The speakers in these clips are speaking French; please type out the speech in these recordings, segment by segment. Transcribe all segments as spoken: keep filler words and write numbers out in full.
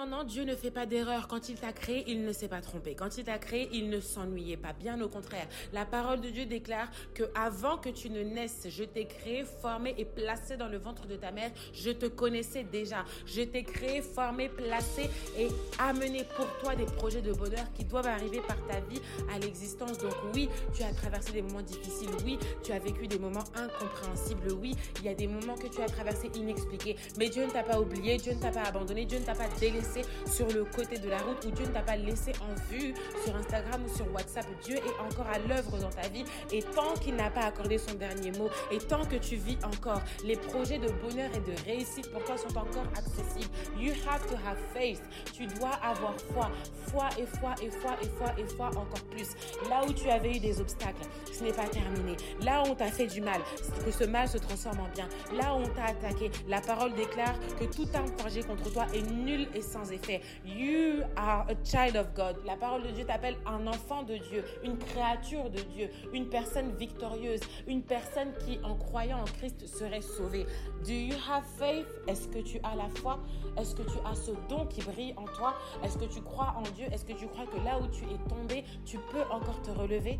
Cependant, Dieu ne fait pas d'erreur. Quand il t'a créé, il ne s'est pas trompé. Quand il t'a créé, il ne s'ennuyait pas. Bien au contraire. La parole de Dieu déclare que avant que tu ne naisses, je t'ai créé, formé et placé dans le ventre de ta mère. Je te connaissais déjà. Je t'ai créé, formé, placé et amené pour toi des projets de bonheur qui doivent arriver par ta vie à l'existence. Donc oui, tu as traversé des moments difficiles. Oui, tu as vécu des moments incompréhensibles. Oui, il y a des moments que tu as traversés inexpliqués. Mais Dieu ne t'a pas oublié. Dieu ne t'a pas abandonné. Dieu ne t'a pas délaissé sur le côté de la route ou Dieu ne t'a pas laissé en vue sur Instagram ou sur WhatsApp. Dieu est encore à l'œuvre dans ta vie et tant qu'il n'a pas accordé son dernier mot et tant que tu vis encore, les projets de bonheur et de réussite pour toi sont encore accessibles. You have to have faith. Tu dois avoir foi. Foi et foi et foi et foi et foi encore plus. Là où tu avais eu des obstacles, ce n'est pas terminé. Là où on t'a fait du mal, que ce mal se transforme en bien. Là où on t'a attaqué, la parole déclare que tout arme forgée contre toi est nul et sans effet. You are a child of God. La parole de Dieu t'appelle un enfant de Dieu, une créature de Dieu, une personne victorieuse, une personne qui, en croyant en Christ, serait sauvée. Do you have faith? Est-ce que tu as la foi? Est-ce que tu as ce don qui brille en toi? Est-ce que tu crois en Dieu? Est-ce que tu crois que là où tu es tombé, tu peux encore te relever?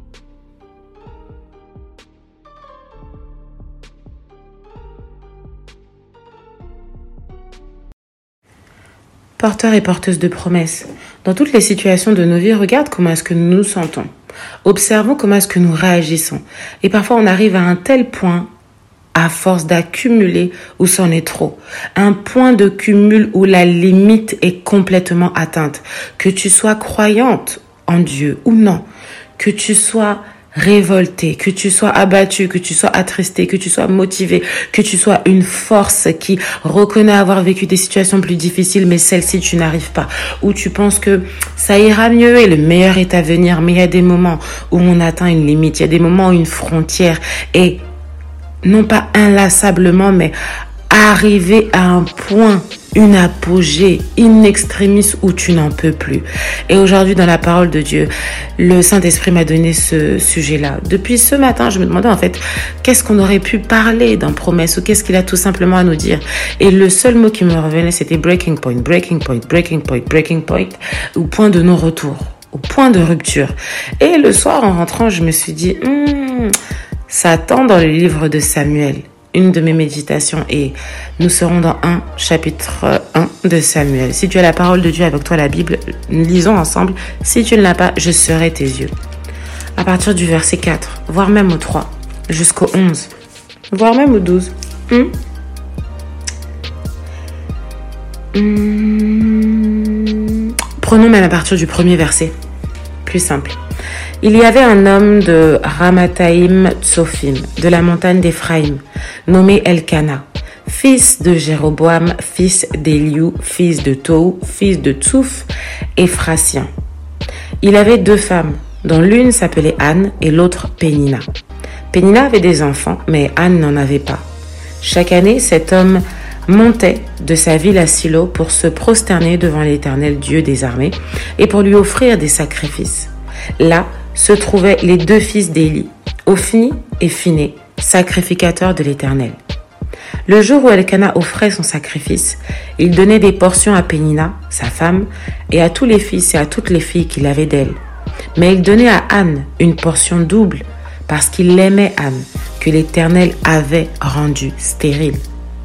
Porteurs et porteuses de promesses, dans toutes les situations de nos vies, regarde comment est-ce que nous nous sentons. Observons comment est-ce que nous réagissons. Et parfois, on arrive à un tel point, à force d'accumuler, où c'en est trop. Un point de cumul où la limite est complètement atteinte. Que tu sois croyante en Dieu ou non, que tu sois révolté, que tu sois abattu, que tu sois attristé, que tu sois motivé, que tu sois une force qui reconnaît avoir vécu des situations plus difficiles, mais celle-ci tu n'arrives pas, ou tu penses que ça ira mieux et le meilleur est à venir, mais il y a des moments où on atteint une limite, il y a des moments où une frontière est non pas inlassablement, mais arriver à un point, une apogée in extremis où tu n'en peux plus. Et aujourd'hui, dans la parole de Dieu, le Saint-Esprit m'a donné ce sujet-là. Depuis ce matin, je me demandais en fait, qu'est-ce qu'on aurait pu parler dans Promesse ou qu'est-ce qu'il a tout simplement à nous dire. Et le seul mot qui me revenait, c'était breaking point, breaking point, breaking point, breaking point, ou point de non-retour, au point de rupture. Et le soir, en rentrant, je me suis dit, hmm, ça tend dans le livre de Samuel. Une de mes méditations et nous serons dans un chapitre un de Samuel. Si tu as la parole de Dieu avec toi, la Bible, lisons ensemble. Si tu ne l'as pas, je serai tes yeux. À partir du verset quatre, voire même au trois, jusqu'au onze, voire même au douze. Hum? Hum. Prenons même à partir du premier verset. Plus simple. Il y avait un homme de Ramathaïm Tsophim, de la montagne d'Éphraïm, nommé Elkana, fils de Jéroboam, fils d'Éliou, fils de Tohu, fils de Tsouf, Éphrasien. Il avait deux femmes, dont l'une s'appelait Anne et l'autre Pénina. Pénina avait des enfants, mais Anne n'en avait pas. Chaque année, cet homme montait de sa ville à Silo pour se prosterner devant l'Éternel Dieu des armées et pour lui offrir des sacrifices. Là se trouvaient les deux fils d'Éli, Ophni et Phiné, sacrificateurs de l'Éternel. Le jour où Elkana offrait son sacrifice, il donnait des portions à Pénina, sa femme, et à tous les fils et à toutes les filles qu'il avait d'elle. Mais il donnait à Anne une portion double, parce qu'il aimait Anne, que l'Éternel avait rendue stérile.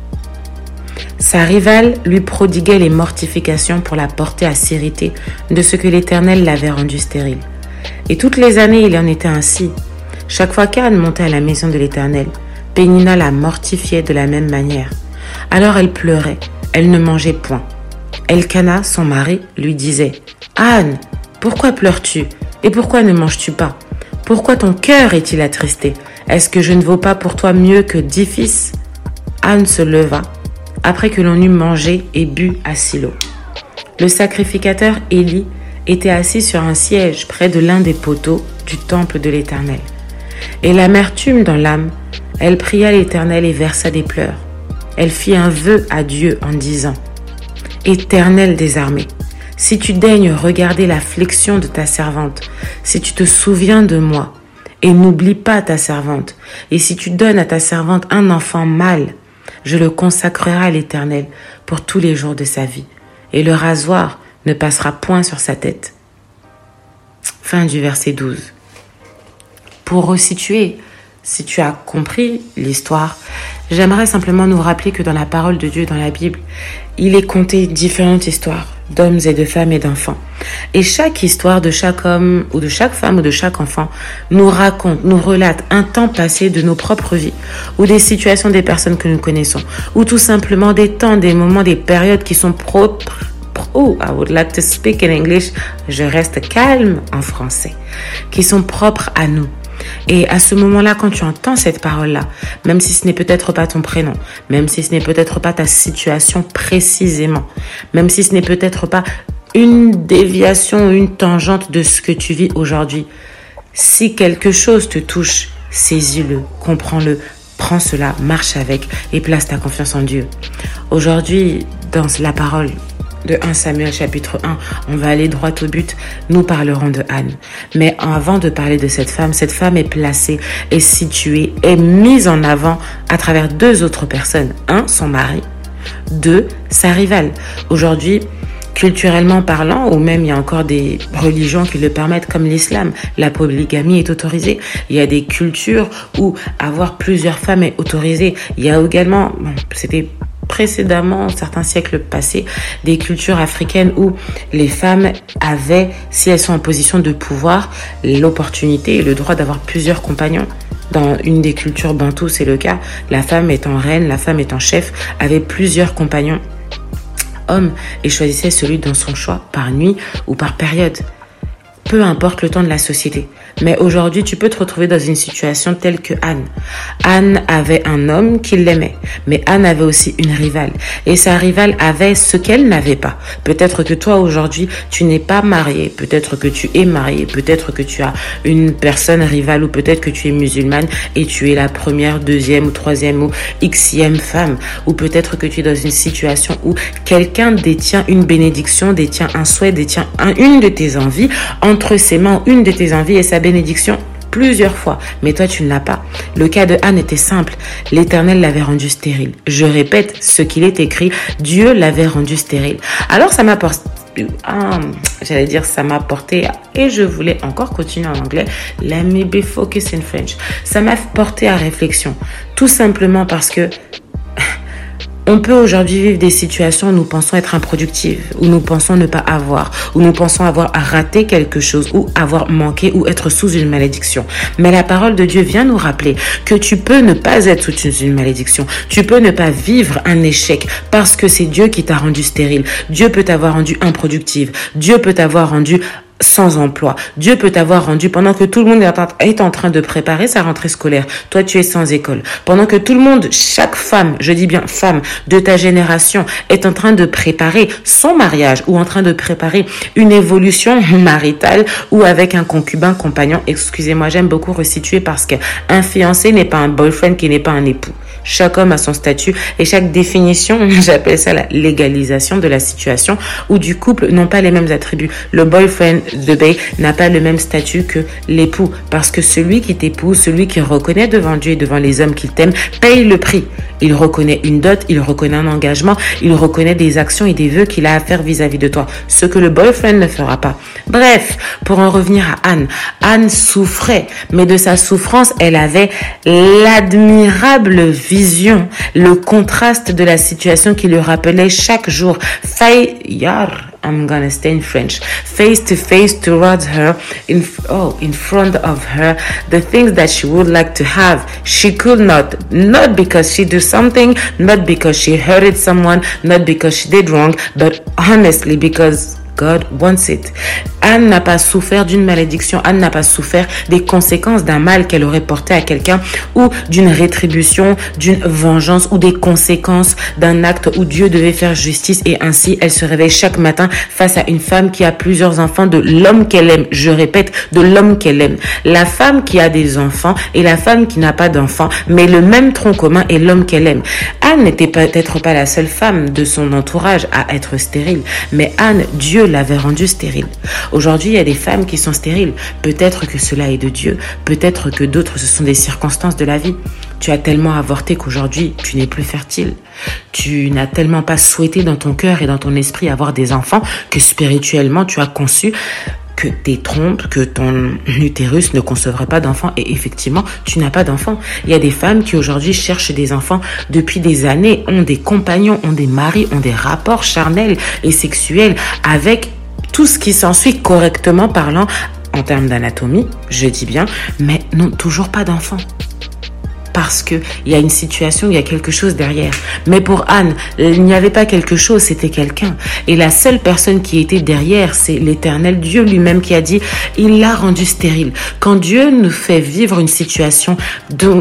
Sa rivale lui prodiguait les mortifications pour la porter à s'irriter de ce que l'Éternel l'avait rendue stérile. Et toutes les années, il en était ainsi. Chaque fois qu'Anne montait à la maison de l'Éternel, Pénina la mortifiait de la même manière. Alors elle pleurait, elle ne mangeait point. Elkana, son mari, lui disait « Anne, pourquoi pleures-tu et pourquoi ne manges-tu pas? Pourquoi ton cœur est-il attristé? Est-ce que je ne vaux pas pour toi mieux que dix fils ?» Anne se leva, après que l'on eut mangé et bu à Silo. Le sacrificateur Éli était assis sur un siège près de l'un des poteaux du temple de l'Éternel. Et l'amertume dans l'âme, elle pria l'Éternel et versa des pleurs. Elle fit un vœu à Dieu en disant « Éternel des armées, si tu daignes regarder l'affliction de ta servante, si tu te souviens de moi, et n'oublie pas ta servante, et si tu donnes à ta servante un enfant mâle, je le consacrerai à l'Éternel pour tous les jours de sa vie. et le rasoir ne passera point sur sa tête. Fin du verset douze. Pour resituer, si tu as compris l'histoire, j'aimerais simplement nous rappeler que dans la parole de Dieu, dans la Bible, il est conté différentes histoires d'hommes et de femmes et d'enfants. Et chaque histoire de chaque homme ou de chaque femme ou de chaque enfant nous raconte, nous relate un temps passé de nos propres vies ou des situations des personnes que nous connaissons ou tout simplement des temps, des moments, des périodes qui sont propres. Oh, I would like to speak in English. Je reste calme en français. Qui sont propres à nous. Et à ce moment-là, quand tu entends cette parole-là, même si ce n'est peut-être pas ton prénom, même si ce n'est peut-être pas ta situation précisément, même si ce n'est peut-être pas une déviation, une tangente de ce que tu vis aujourd'hui, si quelque chose te touche, saisis-le, comprends-le, prends cela, marche avec et place ta confiance en Dieu. Aujourd'hui, dans la parole de premier Samuel chapitre un, on va aller droit au but, nous parlerons de Anne. Mais avant de parler de cette femme, cette femme est placée, est située, est mise en avant à travers deux autres personnes. Un, son mari. Deux, sa rivale. Aujourd'hui, culturellement parlant, ou même il y a encore des religions qui le permettent comme l'islam, la polygamie est autorisée. Il y a des cultures où avoir plusieurs femmes est autorisé. Il y a également, bon, c'était précédemment, certains siècles passés, des cultures africaines où les femmes avaient, si elles sont en position de pouvoir, l'opportunité et le droit d'avoir plusieurs compagnons. Dans une des cultures bantoues, c'est le cas. La femme étant reine, la femme étant chef, avait plusieurs compagnons hommes et choisissait celui dans son choix par nuit ou par période. Peu importe le temps de la société. Mais aujourd'hui, tu peux te retrouver dans une situation telle que Anne. Anne avait un homme qui l'aimait, mais Anne avait aussi une rivale. Et sa rivale avait ce qu'elle n'avait pas. Peut-être que toi, aujourd'hui, tu n'es pas marié. Peut-être que tu es marié. Peut-être que tu as une personne rivale ou peut-être que tu es musulmane et tu es la première, deuxième ou troisième ou xième femme. Ou peut-être que tu es dans une situation où quelqu'un détient une bénédiction, détient un souhait, détient un, une de tes envies entre ses mains, une de tes envies et sa bénédiction plusieurs fois, mais toi tu ne l'as pas. Le cas de Anne était simple, l'Éternel l'avait rendue stérile. Je répète ce qu'il est écrit, Dieu l'avait rendue stérile. Alors ça m'a porté, ah, j'allais dire ça m'a porté, et je voulais encore continuer en anglais, let me be focused in French. Ça m'a porté à réflexion, tout simplement parce que on peut aujourd'hui vivre des situations où nous pensons être improductives, où nous pensons ne pas avoir, où nous pensons avoir raté quelque chose, ou avoir manqué, ou être sous une malédiction. Mais la parole de Dieu vient nous rappeler que tu peux ne pas être sous une malédiction. Tu peux ne pas vivre un échec parce que c'est Dieu qui t'a rendu stérile. Dieu peut t'avoir rendu improductive. Dieu peut t'avoir rendu sans emploi. Dieu peut t'avoir rendu pendant que tout le monde est en train de préparer sa rentrée scolaire. Toi, tu es sans école. Pendant que tout le monde, chaque femme, je dis bien femme, de ta génération est en train de préparer son mariage ou en train de préparer une évolution maritale ou avec un concubin, compagnon. Excusez-moi, j'aime beaucoup resituer parce qu'un fiancé n'est pas un boyfriend qui n'est pas un époux. Chaque homme a son statut et chaque définition, j'appelle ça la légalisation de la situation ou du couple, n'ont pas les mêmes attributs. Le boyfriend de bae n'a pas le même statut que l'époux parce que celui qui t'épouse, celui qui reconnaît devant Dieu et devant les hommes qu'il t'aime, paye le prix. Il reconnaît une dot, il reconnaît un engagement, il reconnaît des actions et des vœux qu'il a à faire vis-à-vis de toi, ce que le boyfriend ne fera pas. Bref, pour en revenir à Anne, Anne souffrait, mais de sa souffrance, elle avait l'admirable vision, le contraste de la situation qui le rappelait chaque jour. Fayar, I'm gonna stay in French. Face to face towards her, in oh, in front of her, the things that she would like to have, she could not. Not because she did something, not because she hurted someone, not because she did wrong, but honestly because God wants it. Anne n'a pas souffert d'une malédiction. Anne n'a pas souffert des conséquences d'un mal qu'elle aurait porté à quelqu'un ou d'une rétribution, d'une vengeance ou des conséquences d'un acte où Dieu devait faire justice et ainsi elle se réveille chaque matin face à une femme qui a plusieurs enfants de l'homme qu'elle aime. Je répète, de l'homme qu'elle aime. La femme qui a des enfants et la femme qui n'a pas d'enfants, mais le même tronc commun est l'homme qu'elle aime. Anne n'était peut-être pas la seule femme de son entourage à être stérile, mais Anne, Dieu l'avait rendue stérile. Aujourd'hui, il y a des femmes qui sont stériles. Peut-être que cela est de Dieu. Peut-être que d'autres, ce sont des circonstances de la vie. Tu as tellement avorté qu'aujourd'hui, tu n'es plus fertile. Tu n'as tellement pas souhaité dans ton cœur et dans ton esprit avoir des enfants que spirituellement, tu as conçu que tes trompes, que ton utérus ne concevrait pas d'enfants. Et effectivement, tu n'as pas d'enfants. Il y a des femmes qui aujourd'hui cherchent des enfants depuis des années, ont des compagnons, ont des maris, ont des rapports charnels et sexuels avec tout ce qui s'ensuit correctement parlant en termes d'anatomie, je dis bien, mais n'ont toujours pas d'enfants. Parce que il y a une situation, il y a quelque chose derrière. Mais pour Anne, il n'y avait pas quelque chose, c'était quelqu'un. Et la seule personne qui était derrière, c'est l'Éternel Dieu lui-même qui a dit, il l'a rendu stérile. Quand Dieu nous fait vivre une situation de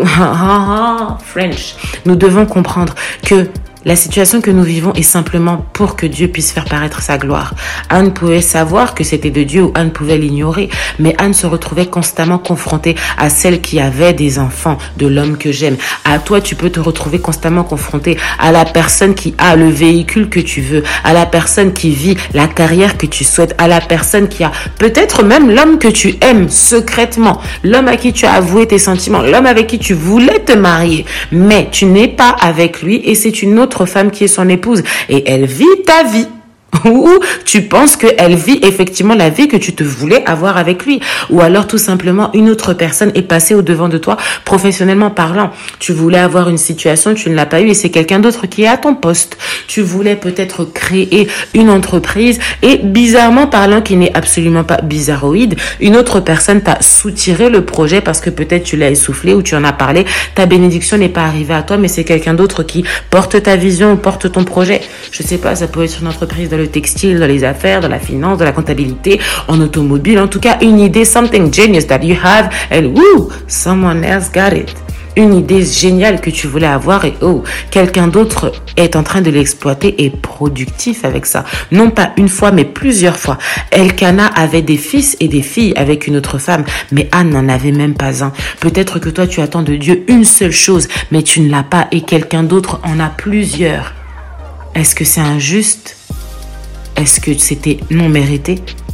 French, nous devons comprendre que la situation que nous vivons est simplement pour que Dieu puisse faire paraître sa gloire. Anne pouvait savoir que c'était de Dieu ou Anne pouvait l'ignorer, mais Anne se retrouvait constamment confrontée à celle qui avait des enfants, de l'homme que j'aime. À toi, tu peux te retrouver constamment confrontée à la personne qui a le véhicule que tu veux, à la personne qui vit la carrière que tu souhaites, à la personne qui a peut-être même l'homme que tu aimes secrètement, l'homme à qui tu as avoué tes sentiments, l'homme avec qui tu voulais te marier, mais tu n'es pas avec lui et c'est une autre femme qui est son épouse et elle vit ta vie. Ou tu penses qu'elle vit effectivement la vie que tu te voulais avoir avec lui. Ou alors tout simplement une autre personne est passée au devant de toi professionnellement parlant. Tu voulais avoir une situation, tu ne l'as pas eu et c'est quelqu'un d'autre qui est à ton poste. Tu voulais peut-être créer une entreprise et bizarrement parlant, qui n'est absolument pas bizarroïde, une autre personne t'a soutiré le projet parce que peut-être tu l'as essoufflé ou tu en as parlé. Ta bénédiction n'est pas arrivée à toi mais c'est quelqu'un d'autre qui porte ta vision ou porte ton projet. Je sais pas, ça peut être une entreprise de le textile, dans les affaires, dans la finance, dans la comptabilité, en automobile. En tout cas, une idée, something genius that you have and woo, someone else got it. Une idée géniale que tu voulais avoir et oh, quelqu'un d'autre est en train de l'exploiter et productif avec ça. Non pas une fois, mais plusieurs fois. Elkanah avait des fils et des filles avec une autre femme, mais Anne n'en avait même pas un. Peut-être que toi, tu attends de Dieu une seule chose, mais tu ne l'as pas et quelqu'un d'autre en a plusieurs. Est-ce que c'est injuste? Est-ce que c'était non mérité?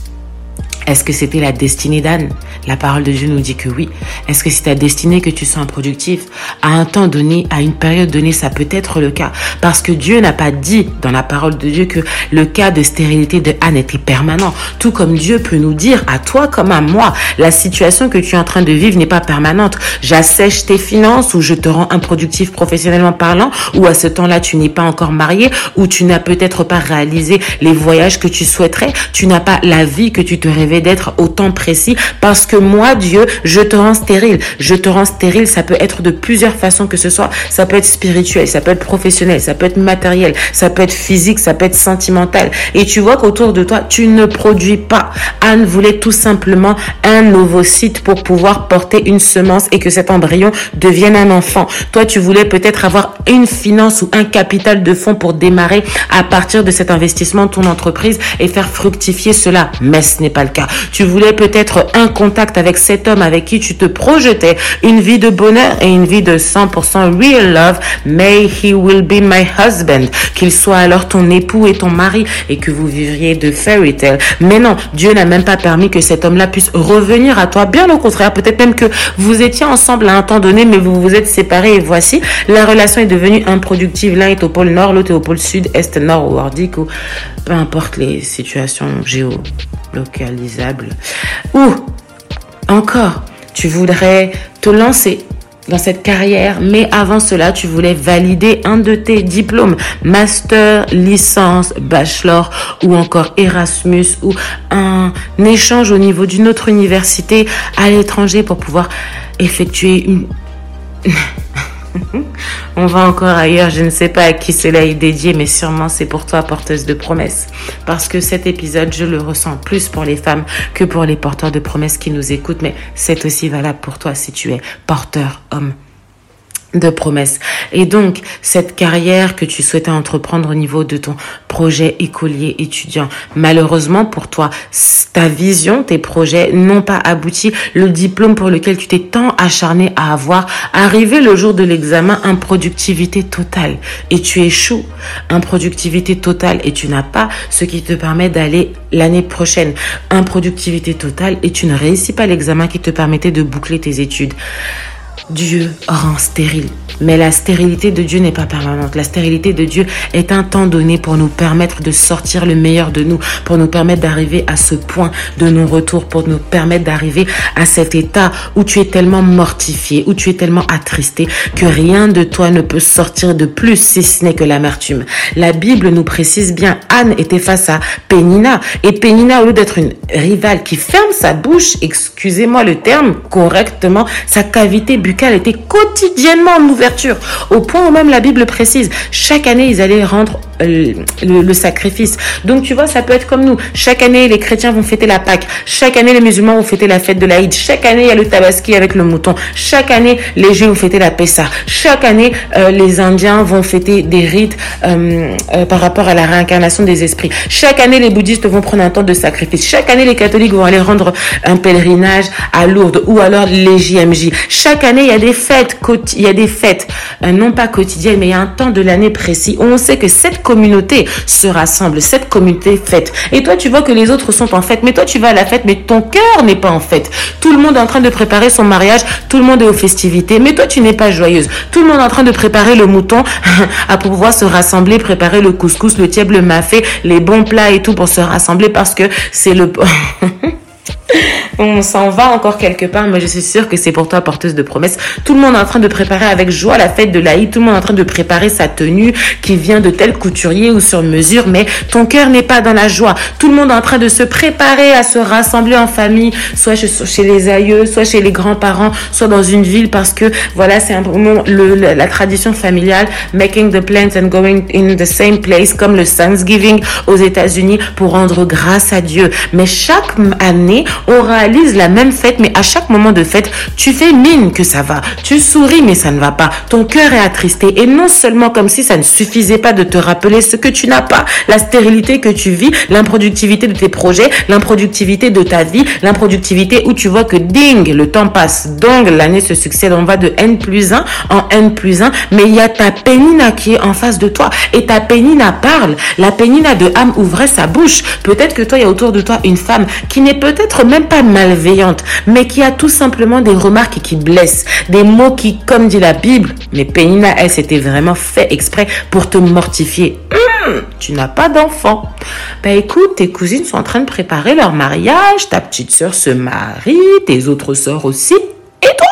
Est-ce que c'était la destinée d'Anne? La parole de Dieu nous dit que oui. Est-ce que c'est ta destinée que tu sois improductif? À un temps donné, à une période donnée, ça peut être le cas. Parce que Dieu n'a pas dit dans la parole de Dieu que le cas de stérilité de Anne était permanent. Tout comme Dieu peut nous dire à toi comme à moi, la situation que tu es en train de vivre n'est pas permanente. J'assèche tes finances ou je te rends improductif professionnellement parlant ou à ce temps-là, tu n'es pas encore marié ou tu n'as peut-être pas réalisé les voyages que tu souhaiterais. Tu n'as pas la vie que tu te rêvais d'être au temps précis parce que moi, Dieu, je te rends stérile. Je te rends stérile, ça peut être de plusieurs façons que ce soit. Ça peut être spirituel, ça peut être professionnel, ça peut être matériel, ça peut être physique, ça peut être sentimental. Et tu vois qu'autour de toi, tu ne produis pas. Anne voulait tout simplement un ovocyte pour pouvoir porter une semence et que cet embryon devienne un enfant. Toi, tu voulais peut-être avoir une finance ou un capital de fonds pour démarrer à partir de cet investissement ton entreprise et faire fructifier cela. Mais ce n'est pas le cas. Tu voulais peut-être un contact avec cet homme avec qui tu te projetais, une vie de bonheur et une vie de cent pour cent real love. May he will be my husband. Qu'il soit alors ton époux et ton mari et que vous vivriez de fairy tale. Mais non, Dieu n'a même pas permis que cet homme-là puisse revenir à toi. Bien au contraire, peut-être même que vous étiez ensemble à un temps donné, mais vous vous êtes séparés et voici, la relation est devenue improductive. L'un est au pôle nord, l'autre est au pôle sud, est, nord ou nordique ou peu importe les situations géolocalisables. Ou encore, tu voudrais te lancer dans cette carrière, mais avant cela, tu voulais valider un de tes diplômes, master, licence, bachelor ou encore Erasmus ou un échange au niveau d'une autre université à l'étranger pour pouvoir effectuer une... On va encore ailleurs, je ne sais pas à qui cela est dédié, mais sûrement c'est pour toi, porteuse de promesses. Parce que cet épisode, je le ressens plus pour les femmes que pour les porteurs de promesses qui nous écoutent, mais c'est aussi valable pour toi si tu es porteur homme de promesses. Et donc, cette carrière que tu souhaitais entreprendre au niveau de ton projet écolier étudiant, malheureusement pour toi, ta vision, tes projets n'ont pas abouti. Le diplôme pour lequel tu t'es tant acharné à avoir, arrivé le jour de l'examen, improductivité totale. Et tu échoues, improductivité totale, et tu n'as pas ce qui te permet d'aller l'année prochaine. Improductivité totale, et tu ne réussis pas l'examen qui te permettait de boucler tes études. Dieu rend stérile. Mais la stérilité de Dieu n'est pas permanente. La stérilité de Dieu est un temps donné pour nous permettre de sortir le meilleur de nous, pour nous permettre d'arriver à ce point de non-retour, pour nous permettre d'arriver à cet état où tu es tellement mortifié, où tu es tellement attristé que rien de toi ne peut sortir de plus si ce n'est que l'amertume. La Bible nous précise bien, Anne était face à Pénina et Pénina, au lieu d'être une rivale qui ferme sa bouche, excusez-moi le terme, correctement, sa cavité buccale était quotidiennement en ouverture, au point où même la Bible précise, chaque année ils allaient rendre euh, le, le sacrifice. Donc tu vois, ça peut être comme nous, chaque année les chrétiens vont fêter la Pâque, chaque année les musulmans vont fêter la fête de l'Aïd, chaque année il y a le tabaski avec le mouton, chaque année les Juifs vont fêter la Pessa, chaque année euh, les Indiens vont fêter des rites euh, euh, par rapport à la réincarnation des esprits, chaque année les bouddhistes vont prendre un temps de sacrifice, chaque année les catholiques vont aller rendre un pèlerinage à Lourdes ou alors les J M J. Chaque année il y a des fêtes, il y a des fêtes euh, non pas quotidiennes, mais il y a un temps de l'année précis où on sait que cette communauté se rassemble, cette communauté fête. Et toi tu vois que les autres sont en fête, mais toi tu vas à la fête, mais ton cœur n'est pas en fête. Tout le monde est en train de préparer son mariage, tout le monde est aux festivités, mais toi tu n'es pas joyeuse. Tout le monde est en train de préparer le mouton à pouvoir se rassembler, préparer le couscous, le tièble, le mafé, les bons plats et tout pour se rassembler parce que c'est le... On s'en va encore quelque part, mais je suis sûre que c'est pour toi porteuse de promesses. Tout le monde est en train de préparer avec joie la fête de l'Aïd. Tout le monde est en train de préparer sa tenue qui vient de tel couturier ou sur mesure, mais ton cœur n'est pas dans la joie. Tout le monde est en train de se préparer à se rassembler en famille, soit chez, chez les aïeux, soit chez les grands-parents, soit dans une ville parce que voilà, c'est un moment, le, le, la tradition familiale, making the plans and going in the same place, comme le Thanksgiving aux États-Unis pour rendre grâce à Dieu. Mais chaque année, on réalise la même fête, mais à chaque moment de fête, tu fais mine que ça va. Tu souris, mais ça ne va pas. Ton cœur est attristé. Et non seulement comme si ça ne suffisait pas de te rappeler ce que tu n'as pas, la stérilité que tu vis, l'improductivité de tes projets, l'improductivité de ta vie, l'improductivité où tu vois que ding, le temps passe. Donc, l'année se succède. On va de N plus un en N plus un. Mais il y a ta Pénina qui est en face de toi. Et ta Pénina parle. La Pénina de âme ouvrait sa bouche. Peut-être que toi, il y a autour de toi une femme qui n'est peut-être même pas malveillante, mais qui a tout simplement des remarques qui blessent, des mots qui, comme dit la Bible, mais Pénina, elle s'était vraiment fait exprès pour te mortifier. Hum, tu n'as pas d'enfant. Ben écoute, tes cousines sont en train de préparer leur mariage, ta petite sœur se marie, tes autres sœurs aussi, et toi?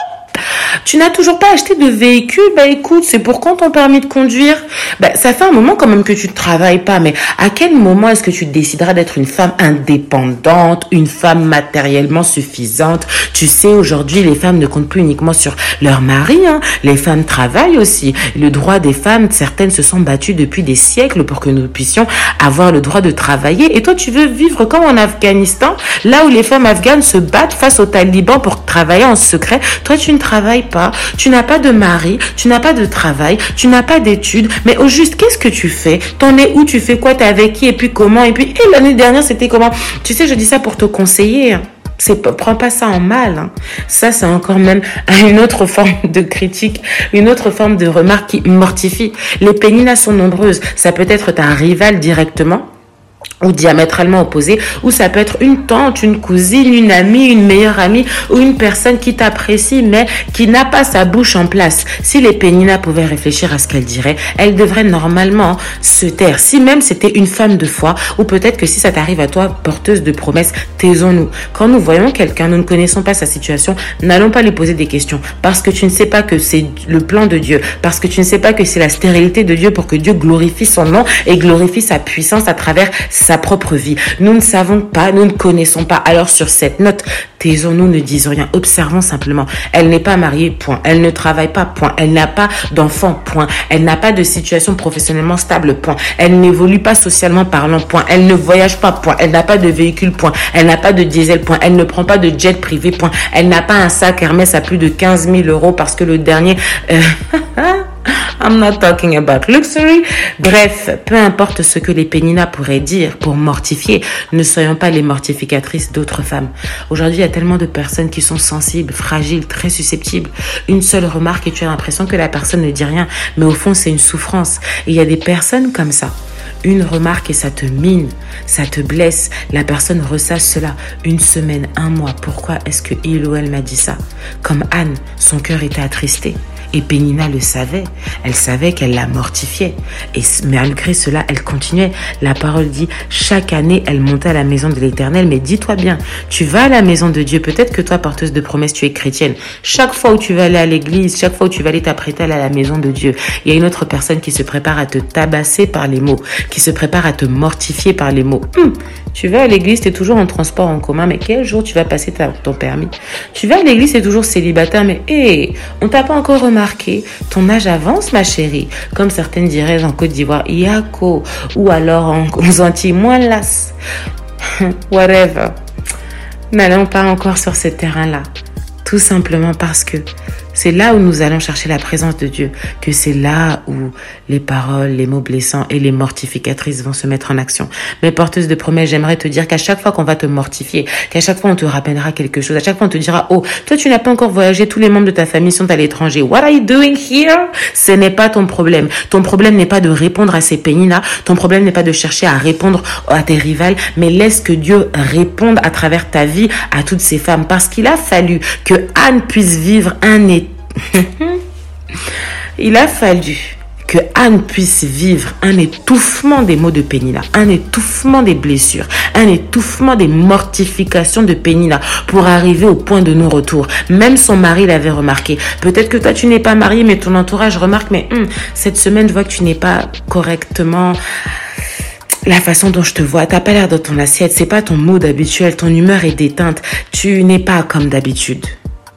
Tu n'as toujours pas acheté de véhicule? Bah écoute, c'est pour quand ton permis de conduire? Bah ça fait un moment quand même que tu ne travailles pas, mais à quel moment est-ce que tu décideras d'être une femme indépendante, une femme matériellement suffisante? Tu sais, aujourd'hui, les femmes ne comptent plus uniquement sur leur mari, hein. Les femmes travaillent aussi. Le droit des femmes, certaines se sont battues depuis des siècles pour que nous puissions avoir le droit de travailler. Et toi, tu veux vivre comme en Afghanistan, là où les femmes afghanes se battent face aux talibans pour travailler en secret. Toi, tu ne travailles pas, tu n'as pas de mari, tu n'as pas de travail, tu n'as pas d'études, mais au juste, qu'est-ce que tu fais? T'en es où? Tu fais quoi? T'es avec qui? Et puis comment? Et puis, et l'année dernière, c'était comment? Tu sais, je dis ça pour te conseiller. C'est, prends pas ça en mal, hein. Ça, c'est encore même une autre forme de critique, une autre forme de remarque qui mortifie. Les péninas sont nombreuses. Ça peut être ta rivale directement, ou diamétralement opposé, ou ça peut être une tante, une cousine, une amie, une meilleure amie, ou une personne qui t'apprécie, mais qui n'a pas sa bouche en place. Si les Péninas pouvaient réfléchir à ce qu'elle dirait, elle devrait normalement se taire. Si même c'était une femme de foi, ou peut-être que si ça t'arrive à toi, porteuse de promesses, taisons-nous. Quand nous voyons quelqu'un, nous ne connaissons pas sa situation, n'allons pas lui poser des questions, parce que tu ne sais pas que c'est le plan de Dieu, parce que tu ne sais pas que c'est la stérilité de Dieu pour que Dieu glorifie son nom et glorifie sa puissance à travers sa propre vie. Nous ne savons pas, nous ne connaissons pas. Alors sur cette note, taisons-nous, ne disons rien, observons simplement. Elle n'est pas mariée, point. Elle ne travaille pas, point. Elle n'a pas d'enfant, point. Elle n'a pas de situation professionnellement stable, point. Elle n'évolue pas socialement parlant, point. Elle ne voyage pas, point. Elle n'a pas de véhicule, point. Elle n'a pas de diesel, point. Elle ne prend pas de jet privé, point. Elle n'a pas un sac Hermès à plus de quinze mille euros parce que le dernier... Euh, I'm not talking about luxury. Bref, peu importe ce que les Péninas pourraient dire pour mortifier, ne soyons pas les mortificatrices d'autres femmes. Aujourd'hui, il y a tellement de personnes qui sont sensibles, fragiles, très susceptibles. Une seule remarque et tu as l'impression que la personne ne dit rien, mais au fond, c'est une souffrance. Et il y a des personnes comme ça. une remarque et ça te mine, ça te blesse. La personne ressasse cela une semaine, un mois. Pourquoi est-ce que il ou elle m'a dit ça? Comme Anne, son cœur était attristé. Et Pénina le savait. Elle savait qu'elle la mortifiait. Et malgré cela, elle continuait. La parole dit, chaque année, elle montait à la maison de l'Éternel. Mais dis-toi bien, tu vas à la maison de Dieu. Peut-être que toi, porteuse de promesses, tu es chrétienne. Chaque fois où tu vas aller à l'église, chaque fois où tu vas aller t'apprêter à aller à la maison de Dieu, il y a une autre personne qui se prépare à te tabasser par les mots, qui se prépare à te mortifier par les mots. Hum, tu vas à l'église, tu es toujours en transport en commun, mais quel jour tu vas passer ta, ton permis? Tu vas à l'église, tu es toujours célibataire, mais hé, hey, on t'a pas encore remarqué. Ton âge avance, ma chérie. Comme certaines diraient en Côte d'Ivoire, Iako. Ou alors en, aux Antilles, moins las. Whatever. N'allons pas encore sur ce terrain-là. Tout simplement parce que c'est là où nous allons chercher la présence de Dieu, que c'est là où les paroles, les mots blessants et les mortificatrices vont se mettre en action. Mais porteuse de promesses, j'aimerais te dire qu'à chaque fois qu'on va te mortifier, qu'à chaque fois on te rappellera quelque chose, à chaque fois on te dira, oh, toi tu n'as pas encore voyagé, tous les membres de ta famille sont à l'étranger. What are you doing here? Ce n'est pas ton problème. Ton problème n'est pas de répondre à ces péninas. Ton problème n'est pas de chercher à répondre à tes rivales, mais laisse que Dieu réponde à travers ta vie à toutes ces femmes. Parce qu'il a fallu que Anne puisse vivre un état Il a fallu que Anne puisse vivre un étouffement des mots de Pénina, un étouffement des blessures, un étouffement des mortifications de Pénina pour arriver au point de non-retour. Même son mari l'avait remarqué. Peut-être que toi tu n'es pas marié, mais ton entourage remarque, mais hum, cette semaine voit que tu n'es pas correctement... La façon dont je te vois, t'as pas l'air dans ton assiette, c'est pas ton mood habituel, ton humeur est déteinte, tu n'es pas comme d'habitude.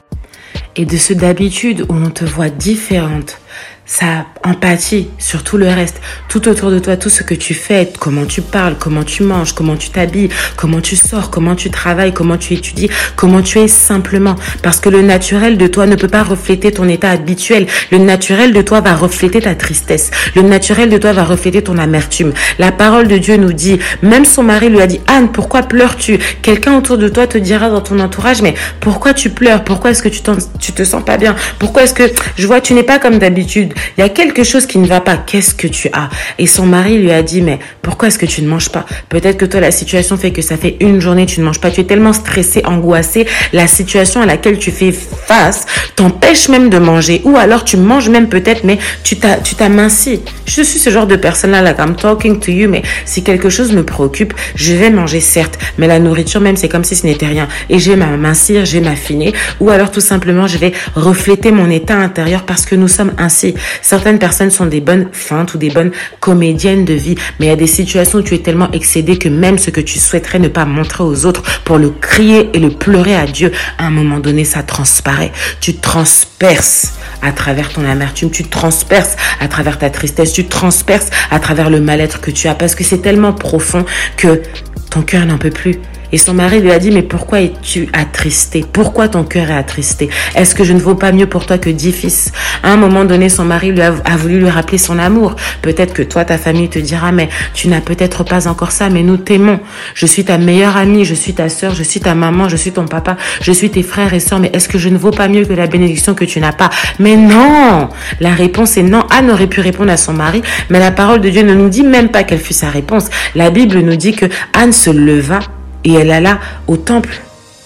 Et de ce d'habitude où on te voit différente, ça empathie sur tout le reste, tout autour de toi, tout ce que tu fais, comment tu parles, comment tu manges, comment tu t'habilles, comment tu sors, comment tu travailles, comment tu étudies, comment tu es simplement. Parce que le naturel de toi ne peut pas refléter ton état habituel. Le naturel de toi va refléter ta tristesse. Le naturel de toi va refléter ton amertume. La parole de Dieu nous dit, même son mari lui a dit, Anne, pourquoi pleures-tu? Quelqu'un autour de toi te dira dans ton entourage, mais pourquoi tu pleures? Pourquoi est-ce que tu, tu te sens pas bien? Pourquoi est-ce que je vois tu n'es pas comme d'habitude? Il y a quelque chose qui ne va pas. Qu'est-ce que tu as? Et son mari lui a dit, mais pourquoi est-ce que tu ne manges pas? Peut-être que toi, la situation fait que ça fait une journée que tu ne manges pas. Tu es tellement stressé, angoissé. La situation à laquelle tu fais face t'empêche même de manger. Ou alors tu manges même peut-être, mais tu t'as, tu t'amincis. Je suis ce genre de personne-là, like I'm talking to you, mais si quelque chose me préoccupe, je vais manger certes. Mais la nourriture même, c'est comme si ce n'était rien. Et je vais m'amincir, je vais m'affiner. Ou alors tout simplement, je vais refléter mon état intérieur parce que nous sommes ainsi. Certaines personnes sont des bonnes feintes ou des bonnes comédiennes de vie, mais il y a des situations où tu es tellement excédé que même ce que tu souhaiterais ne pas montrer aux autres pour le crier et le pleurer à Dieu, à un moment donné, ça transparaît. Tu transperces à travers ton amertume, tu transperces à travers ta tristesse, tu transperces à travers le mal-être que tu as parce que c'est tellement profond que ton cœur n'en peut plus. Et son mari lui a dit, mais pourquoi es-tu attristé? Pourquoi ton cœur est attristé? Est-ce que je ne vaux pas mieux pour toi que dix fils? À un moment donné, son mari lui a, a voulu lui rappeler son amour. Peut-être que toi, ta famille te dira, mais tu n'as peut-être pas encore ça, mais nous t'aimons. Je suis ta meilleure amie, je suis ta sœur, je suis ta maman, je suis ton papa, je suis tes frères et sœurs, mais est-ce que je ne vaux pas mieux que la bénédiction que tu n'as pas? Mais non! La réponse est non. Anne aurait pu répondre à son mari, mais la parole de Dieu ne nous dit même pas quelle fut sa réponse. La Bible nous dit que Anne se leva et elle alla au temple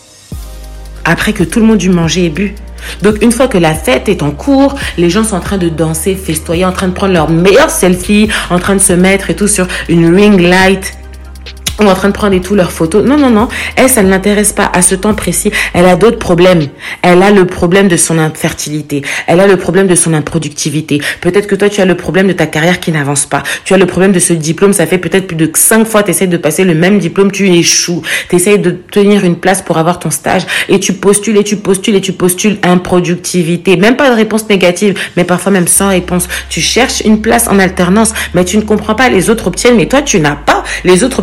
après que tout le monde eut mangé et bu. Donc une fois que la fête est en cours, les gens sont en train de danser, festoyer, en train de prendre leur meilleur selfie, en train de se mettre et tout sur une ring light, ou en train de prendre et tout leurs photos. Non, non, non. Elle, ça ne l'intéresse pas à ce temps précis. Elle a d'autres problèmes. Elle a le problème de son infertilité. Elle a le problème de son improductivité. Peut-être que toi, tu as le problème de ta carrière qui n'avance pas. Tu as le problème de ce diplôme. Ça fait peut-être plus de cinq fois, tu essaies de passer le même diplôme, tu échoues. Tu essaies de tenir une place pour avoir ton stage et tu postules et tu postules et tu postules improductivité. Même pas de réponse négative, mais parfois même sans réponse. Tu cherches une place en alternance, mais tu ne comprends pas. Les autres obtiennent, mais toi, tu n'as pas. Les autres obtiennent même plus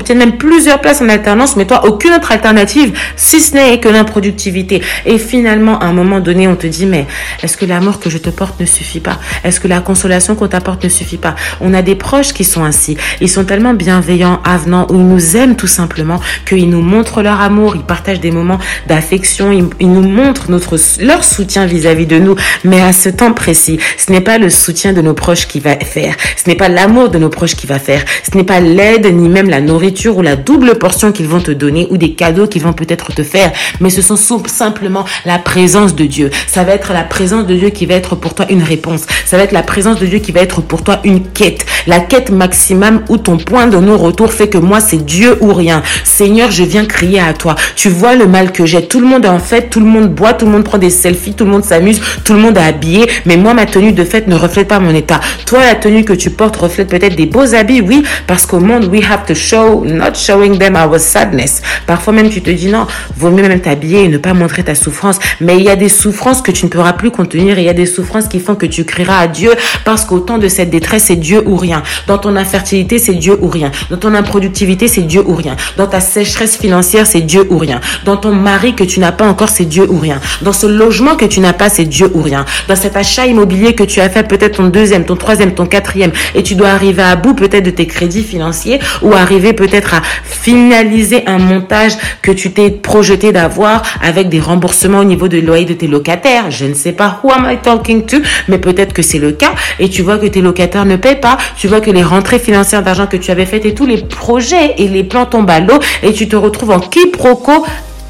plusieurs places en alternance, mais toi, aucune autre alternative, si ce n'est que l'improductivité. Et finalement, à un moment donné, on te dit, mais est-ce que l'amour que je te porte ne suffit pas? Est-ce que la consolation qu'on t'apporte ne suffit pas? On a des proches qui sont ainsi. Ils sont tellement bienveillants, avenants, ou ils nous aiment tout simplement, qu'ils nous montrent leur amour, ils partagent des moments d'affection, ils, ils nous montrent notre, leur soutien vis-à-vis de nous. Mais à ce temps précis, ce n'est pas le soutien de nos proches qui va faire. Ce n'est pas l'amour de nos proches qui va faire. Ce n'est pas l'aide, ni même la nourriture ou la double portion qu'ils vont te donner ou des cadeaux qu'ils vont peut-être te faire. Mais ce sont simplement la présence de Dieu. Ça va être la présence de Dieu qui va être pour toi une réponse. Ça va être la présence de Dieu qui va être pour toi une quête. La quête maximum où ton point de non-retour fait que moi, c'est Dieu ou rien. Seigneur, je viens crier à toi. Tu vois le mal que j'ai. Tout le monde est en fête, tout le monde boit, tout le monde prend des selfies, tout le monde s'amuse, tout le monde est habillé. Mais moi, ma tenue de fête ne reflète pas mon état. Toi, la tenue que tu portes reflète peut-être des beaux habits, oui, parce qu'au monde, we have to show, not showing them our sadness. Parfois même, tu te dis non, vaut mieux même t'habiller et ne pas montrer ta souffrance. Mais il y a des souffrances que tu ne pourras plus contenir et il y a des souffrances qui font que tu crieras à Dieu parce qu'au temps de cette détresse, c'est Dieu ou rien. Dans ton infertilité, c'est Dieu ou rien. Dans ton improductivité, c'est Dieu ou rien. Dans ta sécheresse financière, c'est Dieu ou rien. Dans ton mari que tu n'as pas encore, c'est Dieu ou rien. Dans ce logement que tu n'as pas, c'est Dieu ou rien. Dans cet achat immobilier que tu as fait, peut-être ton deuxième, ton troisième, ton quatrième, et tu dois arriver à bout peut-être de tes crédits financiers ou arriver peut-être à finaliser un montage que tu t'es projeté d'avoir avec des remboursements au niveau de loyer de tes locataires. Je ne sais pas who am I talking to, mais peut-être que c'est le cas et tu vois que tes locataires ne paient pas, tu vois que les rentrées financières d'argent que tu avais faites et tous les projets et les plans tombent à l'eau et tu te retrouves en quiproquo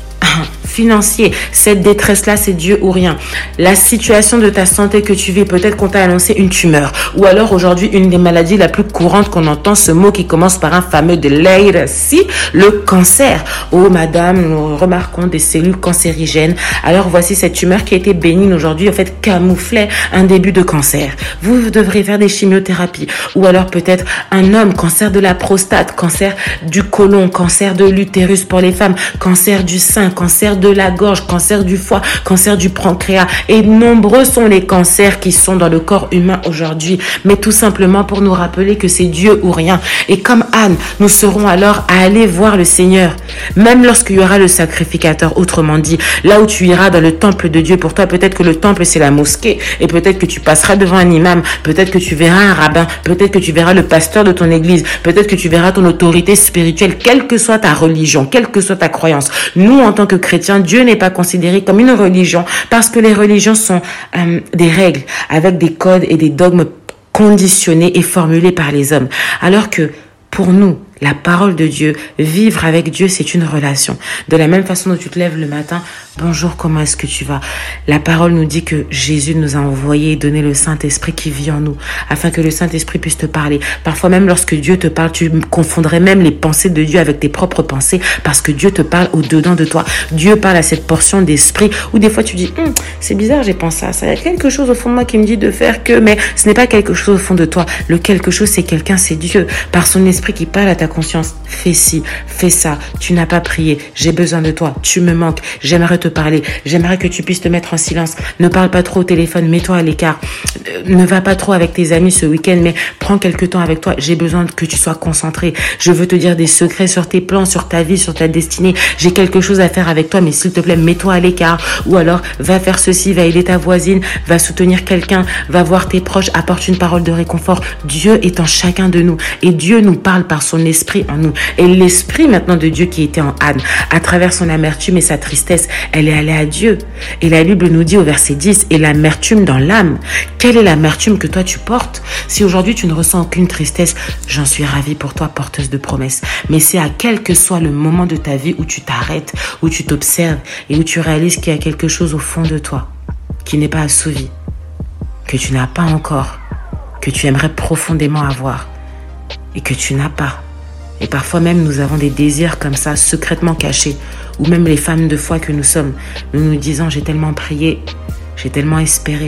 financier. Cette détresse-là, c'est Dieu ou rien. La situation de ta santé que tu vis, peut-être qu'on t'a annoncé une tumeur. Ou alors aujourd'hui, une des maladies la plus courantes qu'on entend, ce mot qui commence par un fameux de legacy, le cancer. Oh madame, nous remarquons des cellules cancérigènes. Alors voici cette tumeur qui a été bénigne aujourd'hui, en fait camouflait un début de cancer. Vous devrez faire des chimiothérapies. Ou alors peut-être un homme, cancer de la prostate, cancer du côlon, cancer de l'utérus pour les femmes, cancer du sein, cancer de la gorge, cancer du foie, cancer du pancréas. Et nombreux sont les cancers qui sont dans le corps humain aujourd'hui. Mais tout simplement pour nous rappeler que c'est Dieu ou rien. Et comme Anne, nous serons alors à aller voir le Seigneur. Même lorsqu'il y aura le sacrificateur, autrement dit, là où tu iras dans le temple de Dieu, pour toi, peut-être que le temple, c'est la mosquée. Et peut-être que tu passeras devant un imam. Peut-être que tu verras un rabbin. Peut-être que tu verras le pasteur de ton église. Peut-être que tu verras ton autorité spirituelle, quelle que soit ta religion, quelle que soit ta croyance. Nous, en tant que chrétiens, Dieu n'est pas considéré comme une religion parce que les religions sont euh, des règles avec des codes et des dogmes conditionnés et formulés par les hommes. Alors que pour nous, la parole de Dieu, vivre avec Dieu, c'est une relation. De la même façon dont tu te lèves le matin, bonjour, comment est-ce que tu vas? La parole nous dit que Jésus nous a envoyé et donné le Saint-Esprit qui vit en nous, afin que le Saint-Esprit puisse te parler. Parfois même lorsque Dieu te parle, tu confondrais même les pensées de Dieu avec tes propres pensées, parce que Dieu te parle au-dedans de toi. Dieu parle à cette portion d'esprit, où des fois tu dis, hm, c'est bizarre, j'ai pensé à ça. Il y a quelque chose au fond de moi qui me dit de faire que, mais ce n'est pas quelque chose au fond de toi. Le quelque chose, c'est quelqu'un, c'est Dieu. Par son esprit qui parle à ta conscience, fais ci, fais ça, tu n'as pas prié, j'ai besoin de toi, tu me manques, j'aimerais te parler, j'aimerais que tu puisses te mettre en silence, ne parle pas trop au téléphone, mets-toi à l'écart, ne va pas trop avec tes amis ce week-end, mais prends quelques temps avec toi, j'ai besoin que tu sois concentré, je veux te dire des secrets sur tes plans, sur ta vie, sur ta destinée, j'ai quelque chose à faire avec toi, mais s'il te plaît, mets-toi à l'écart, ou alors va faire ceci, va aider ta voisine, va soutenir quelqu'un, va voir tes proches, apporte une parole de réconfort. Dieu est en chacun de nous, et Dieu nous parle par son esprit en nous. Et l'esprit maintenant de Dieu qui était en Anne, à travers son amertume et sa tristesse, elle est allée à Dieu. Et la Bible nous dit au verset dix, et l'amertume dans l'âme. Quelle est l'amertume que toi tu portes? Si aujourd'hui tu ne ressens aucune tristesse, j'en suis ravie pour toi, porteuse de promesses. Mais c'est à quel que soit le moment de ta vie où tu t'arrêtes, où tu t'observes et où tu réalises qu'il y a quelque chose au fond de toi qui n'est pas assouvi, que tu n'as pas encore, que tu aimerais profondément avoir et que tu n'as pas. Et parfois même, nous avons des désirs comme ça, secrètement cachés. Ou même les femmes de foi que nous sommes, nous nous disons, j'ai tellement prié, j'ai tellement espéré.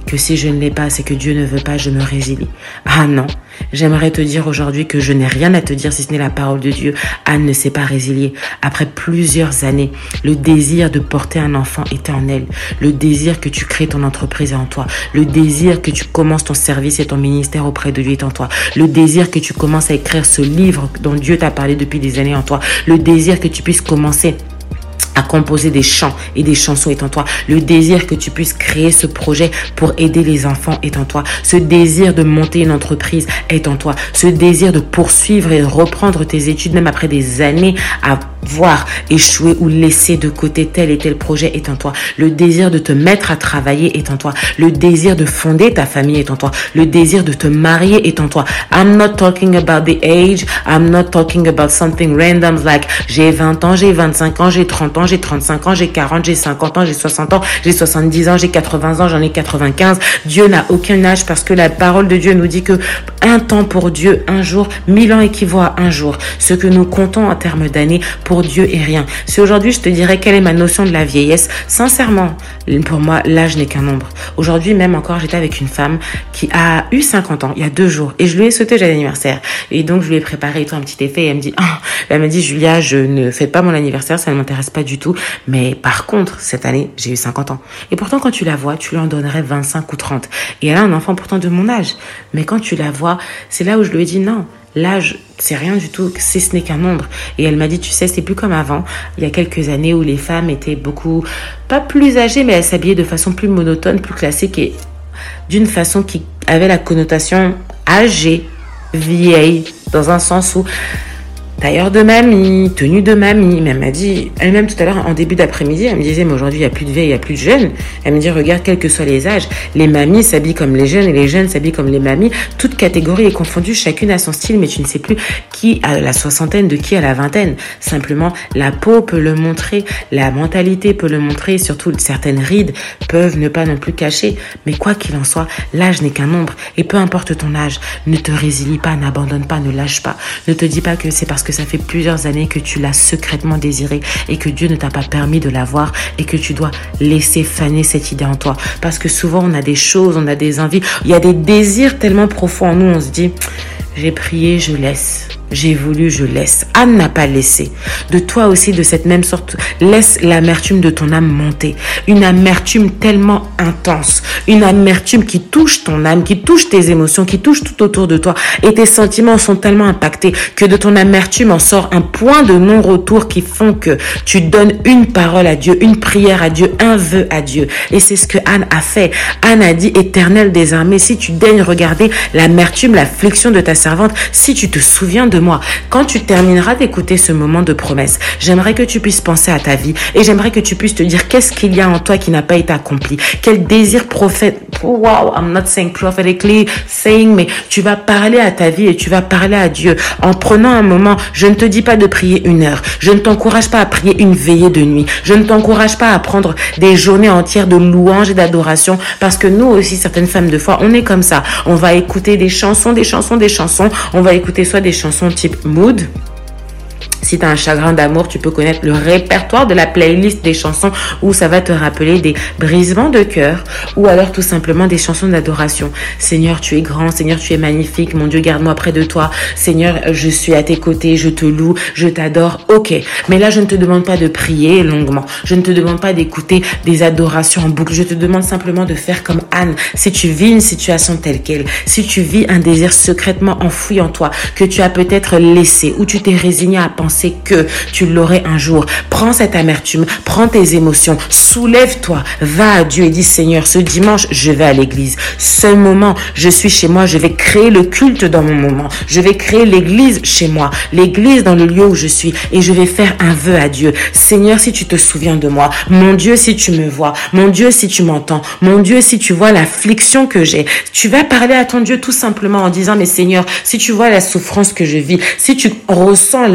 que si je ne l'ai pas, c'est que Dieu ne veut pas, je me résilie. Ah non, j'aimerais te dire aujourd'hui que je n'ai rien à te dire si ce n'est la parole de Dieu. Anne ne s'est pas résiliée. Après plusieurs années, le désir de porter un enfant était en elle. Le désir que tu crées ton entreprise est en toi. Le désir que tu commences ton service et ton ministère auprès de Dieu est en toi. Le désir que tu commences à écrire ce livre dont Dieu t'a parlé depuis des années en toi. Le désir que tu puisses commencer à composer des chants et des chansons est en toi. Le désir que tu puisses créer ce projet pour aider les enfants est en toi. Ce désir de monter une entreprise est en toi. Ce désir de poursuivre et reprendre tes études même après des années à voir échouer ou laisser de côté tel et tel projet est en toi. Le désir de te mettre à travailler est en toi. Le désir de fonder ta famille est en toi. Le désir de te marier est en toi. I'm not talking about the age. I'm not talking about something random like j'ai vingt ans, j'ai vingt-cinq ans, j'ai trente ans, j'ai trente-cinq ans, j'ai quarante, j'ai cinquante ans, j'ai soixante ans, j'ai soixante-dix ans, j'ai quatre-vingts ans, j'en ai quatre-vingt-quinze. Dieu n'a aucun âge parce que la parole de Dieu nous dit que un temps pour Dieu, un jour, mille ans équivaut à un jour. Ce que nous comptons en termes d'années pour Dieu est rien. Si aujourd'hui je te dirais quelle est ma notion de la vieillesse, sincèrement, pour moi, l'âge n'est qu'un nombre. Aujourd'hui, même encore, j'étais avec une femme qui a eu cinquante ans, il y a deux jours, et je lui ai sauté j'ai l'anniversaire. Et donc, je lui ai préparé et tout un petit effet, et elle me dit, oh, elle m'a dit, Julia, je ne fête pas mon anniversaire, ça ne m'intéresse pas du tout, mais par contre, cette année, j'ai eu cinquante ans. Et pourtant, quand tu la vois, tu lui en donnerais vingt-cinq ou trente. Et elle a un enfant pourtant de mon âge. Mais quand tu la vois, c'est là où je lui ai dit, non, l'âge, c'est rien du tout, si ce n'est qu'un nombre. Et elle m'a dit, tu sais, c'est plus comme avant. Il y a quelques années où les femmes étaient beaucoup, pas plus âgées, mais elles s'habillaient de façon plus monotone, plus classique et d'une façon qui avait la connotation âgée, vieille, dans un sens où tailleur de mamie, tenue de mamie. Mais elle m'a dit, elle-même tout à l'heure, en début d'après-midi, elle me disait, mais aujourd'hui, il n'y a plus de vieilles, il n'y a plus de jeunes. Elle me dit, regarde, quels que soient les âges, les mamies s'habillent comme les jeunes et les jeunes s'habillent comme les mamies. Toute catégorie est confondue, chacune a son style, mais tu ne sais plus qui a la soixantaine de qui a la vingtaine. Simplement, la peau peut le montrer, la mentalité peut le montrer, surtout certaines rides peuvent ne pas non plus cacher. Mais quoi qu'il en soit, l'âge n'est qu'un nombre. Et peu importe ton âge, ne te résilie pas, n'abandonne pas, ne lâche pas. Ne te dis pas que c'est parce que ça fait plusieurs années que tu l'as secrètement désiré et que Dieu ne t'a pas permis de l'avoir et que tu dois laisser faner cette idée en toi. Parce que souvent, on a des choses, on a des envies, il y a des désirs tellement profonds en nous, on se dit, j'ai prié, je laisse. J'ai voulu, je laisse. Anne n'a pas laissé. De toi aussi, de cette même sorte, laisse l'amertume de ton âme monter. Une amertume tellement intense. Une amertume qui touche ton âme, qui touche tes émotions, qui touche tout autour de toi. Et tes sentiments sont tellement impactés que de ton amertume en sort un point de non-retour qui font que tu donnes une parole à Dieu, une prière à Dieu, un vœu à Dieu. Et c'est ce que Anne a fait. Anne a dit, Éternel des armées, si tu daignes regarder l'amertume, l'affliction de ta servante, si tu te souviens de moi. Quand tu termineras d'écouter ce moment de promesse, j'aimerais que tu puisses penser à ta vie et j'aimerais que tu puisses te dire qu'est-ce qu'il y a en toi qui n'a pas été accompli. Quel désir prophète, wow, I'm not saying prophetically saying, mais tu vas parler à ta vie et tu vas parler à Dieu en prenant un moment. Je ne te dis pas de prier une heure. Je ne t'encourage pas à prier une veillée de nuit. Je ne t'encourage pas à prendre des journées entières de louanges et d'adoration parce que nous aussi, certaines femmes de foi, on est comme ça. On va écouter des chansons, des chansons, des chansons. On va écouter soit des chansons type mood. Si tu as un chagrin d'amour, tu peux connaître le répertoire de la playlist des chansons où ça va te rappeler des brisements de cœur ou alors tout simplement des chansons d'adoration. Seigneur, tu es grand. Seigneur, tu es magnifique. Mon Dieu, garde-moi près de toi. Seigneur, je suis à tes côtés. Je te loue. Je t'adore. Ok. Mais là, je ne te demande pas de prier longuement. Je ne te demande pas d'écouter des adorations en boucle. Je te demande simplement de faire comme Anne. Si tu vis une situation telle qu'elle, si tu vis un désir secrètement enfoui en toi, que tu as peut-être laissé ou tu t'es résigné à penser que tu l'aurais un jour. Prends cette amertume, prends tes émotions, soulève-toi, va à Dieu et dis Seigneur, ce dimanche, je vais à l'église. Ce moment, je suis chez moi, je vais créer le culte dans mon moment. Je vais créer l'église chez moi, l'église dans le lieu où je suis et je vais faire un vœu à Dieu. Seigneur, si tu te souviens de moi, mon Dieu, si tu me vois, mon Dieu, si tu m'entends, mon Dieu, si tu vois l'affliction que j'ai, tu vas parler à ton Dieu tout simplement en disant mais Seigneur, si tu vois la souffrance que je vis, si tu ressens le mal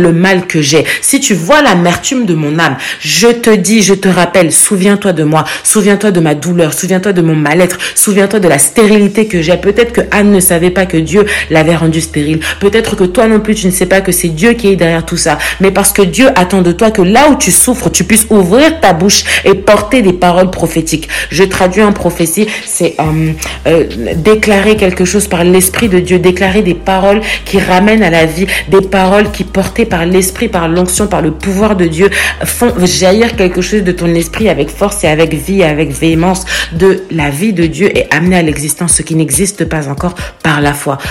que j'ai, si tu vois l'amertume de mon âme, je te dis, je te rappelle, souviens-toi de moi, souviens-toi de ma douleur, souviens-toi de mon mal-être, souviens-toi de la stérilité que j'ai. Peut-être que Anne ne savait pas que Dieu l'avait rendue stérile. Peut-être que toi non plus, tu ne sais pas que c'est Dieu qui est derrière tout ça. Mais parce que Dieu attend de toi que là où tu souffres, tu puisses ouvrir ta bouche et porter des paroles prophétiques. Je traduis en prophétie, c'est euh, euh, déclarer quelque chose par l'Esprit de Dieu, déclarer des paroles qui ramènent à la vie, des paroles qui portées par l'Esprit, par l'onction, par le pouvoir de Dieu, font jaillir quelque chose de ton esprit avec force et avec vie et avec véhémence de la vie de Dieu et amener à l'existence ce qui n'existe pas encore par la foi.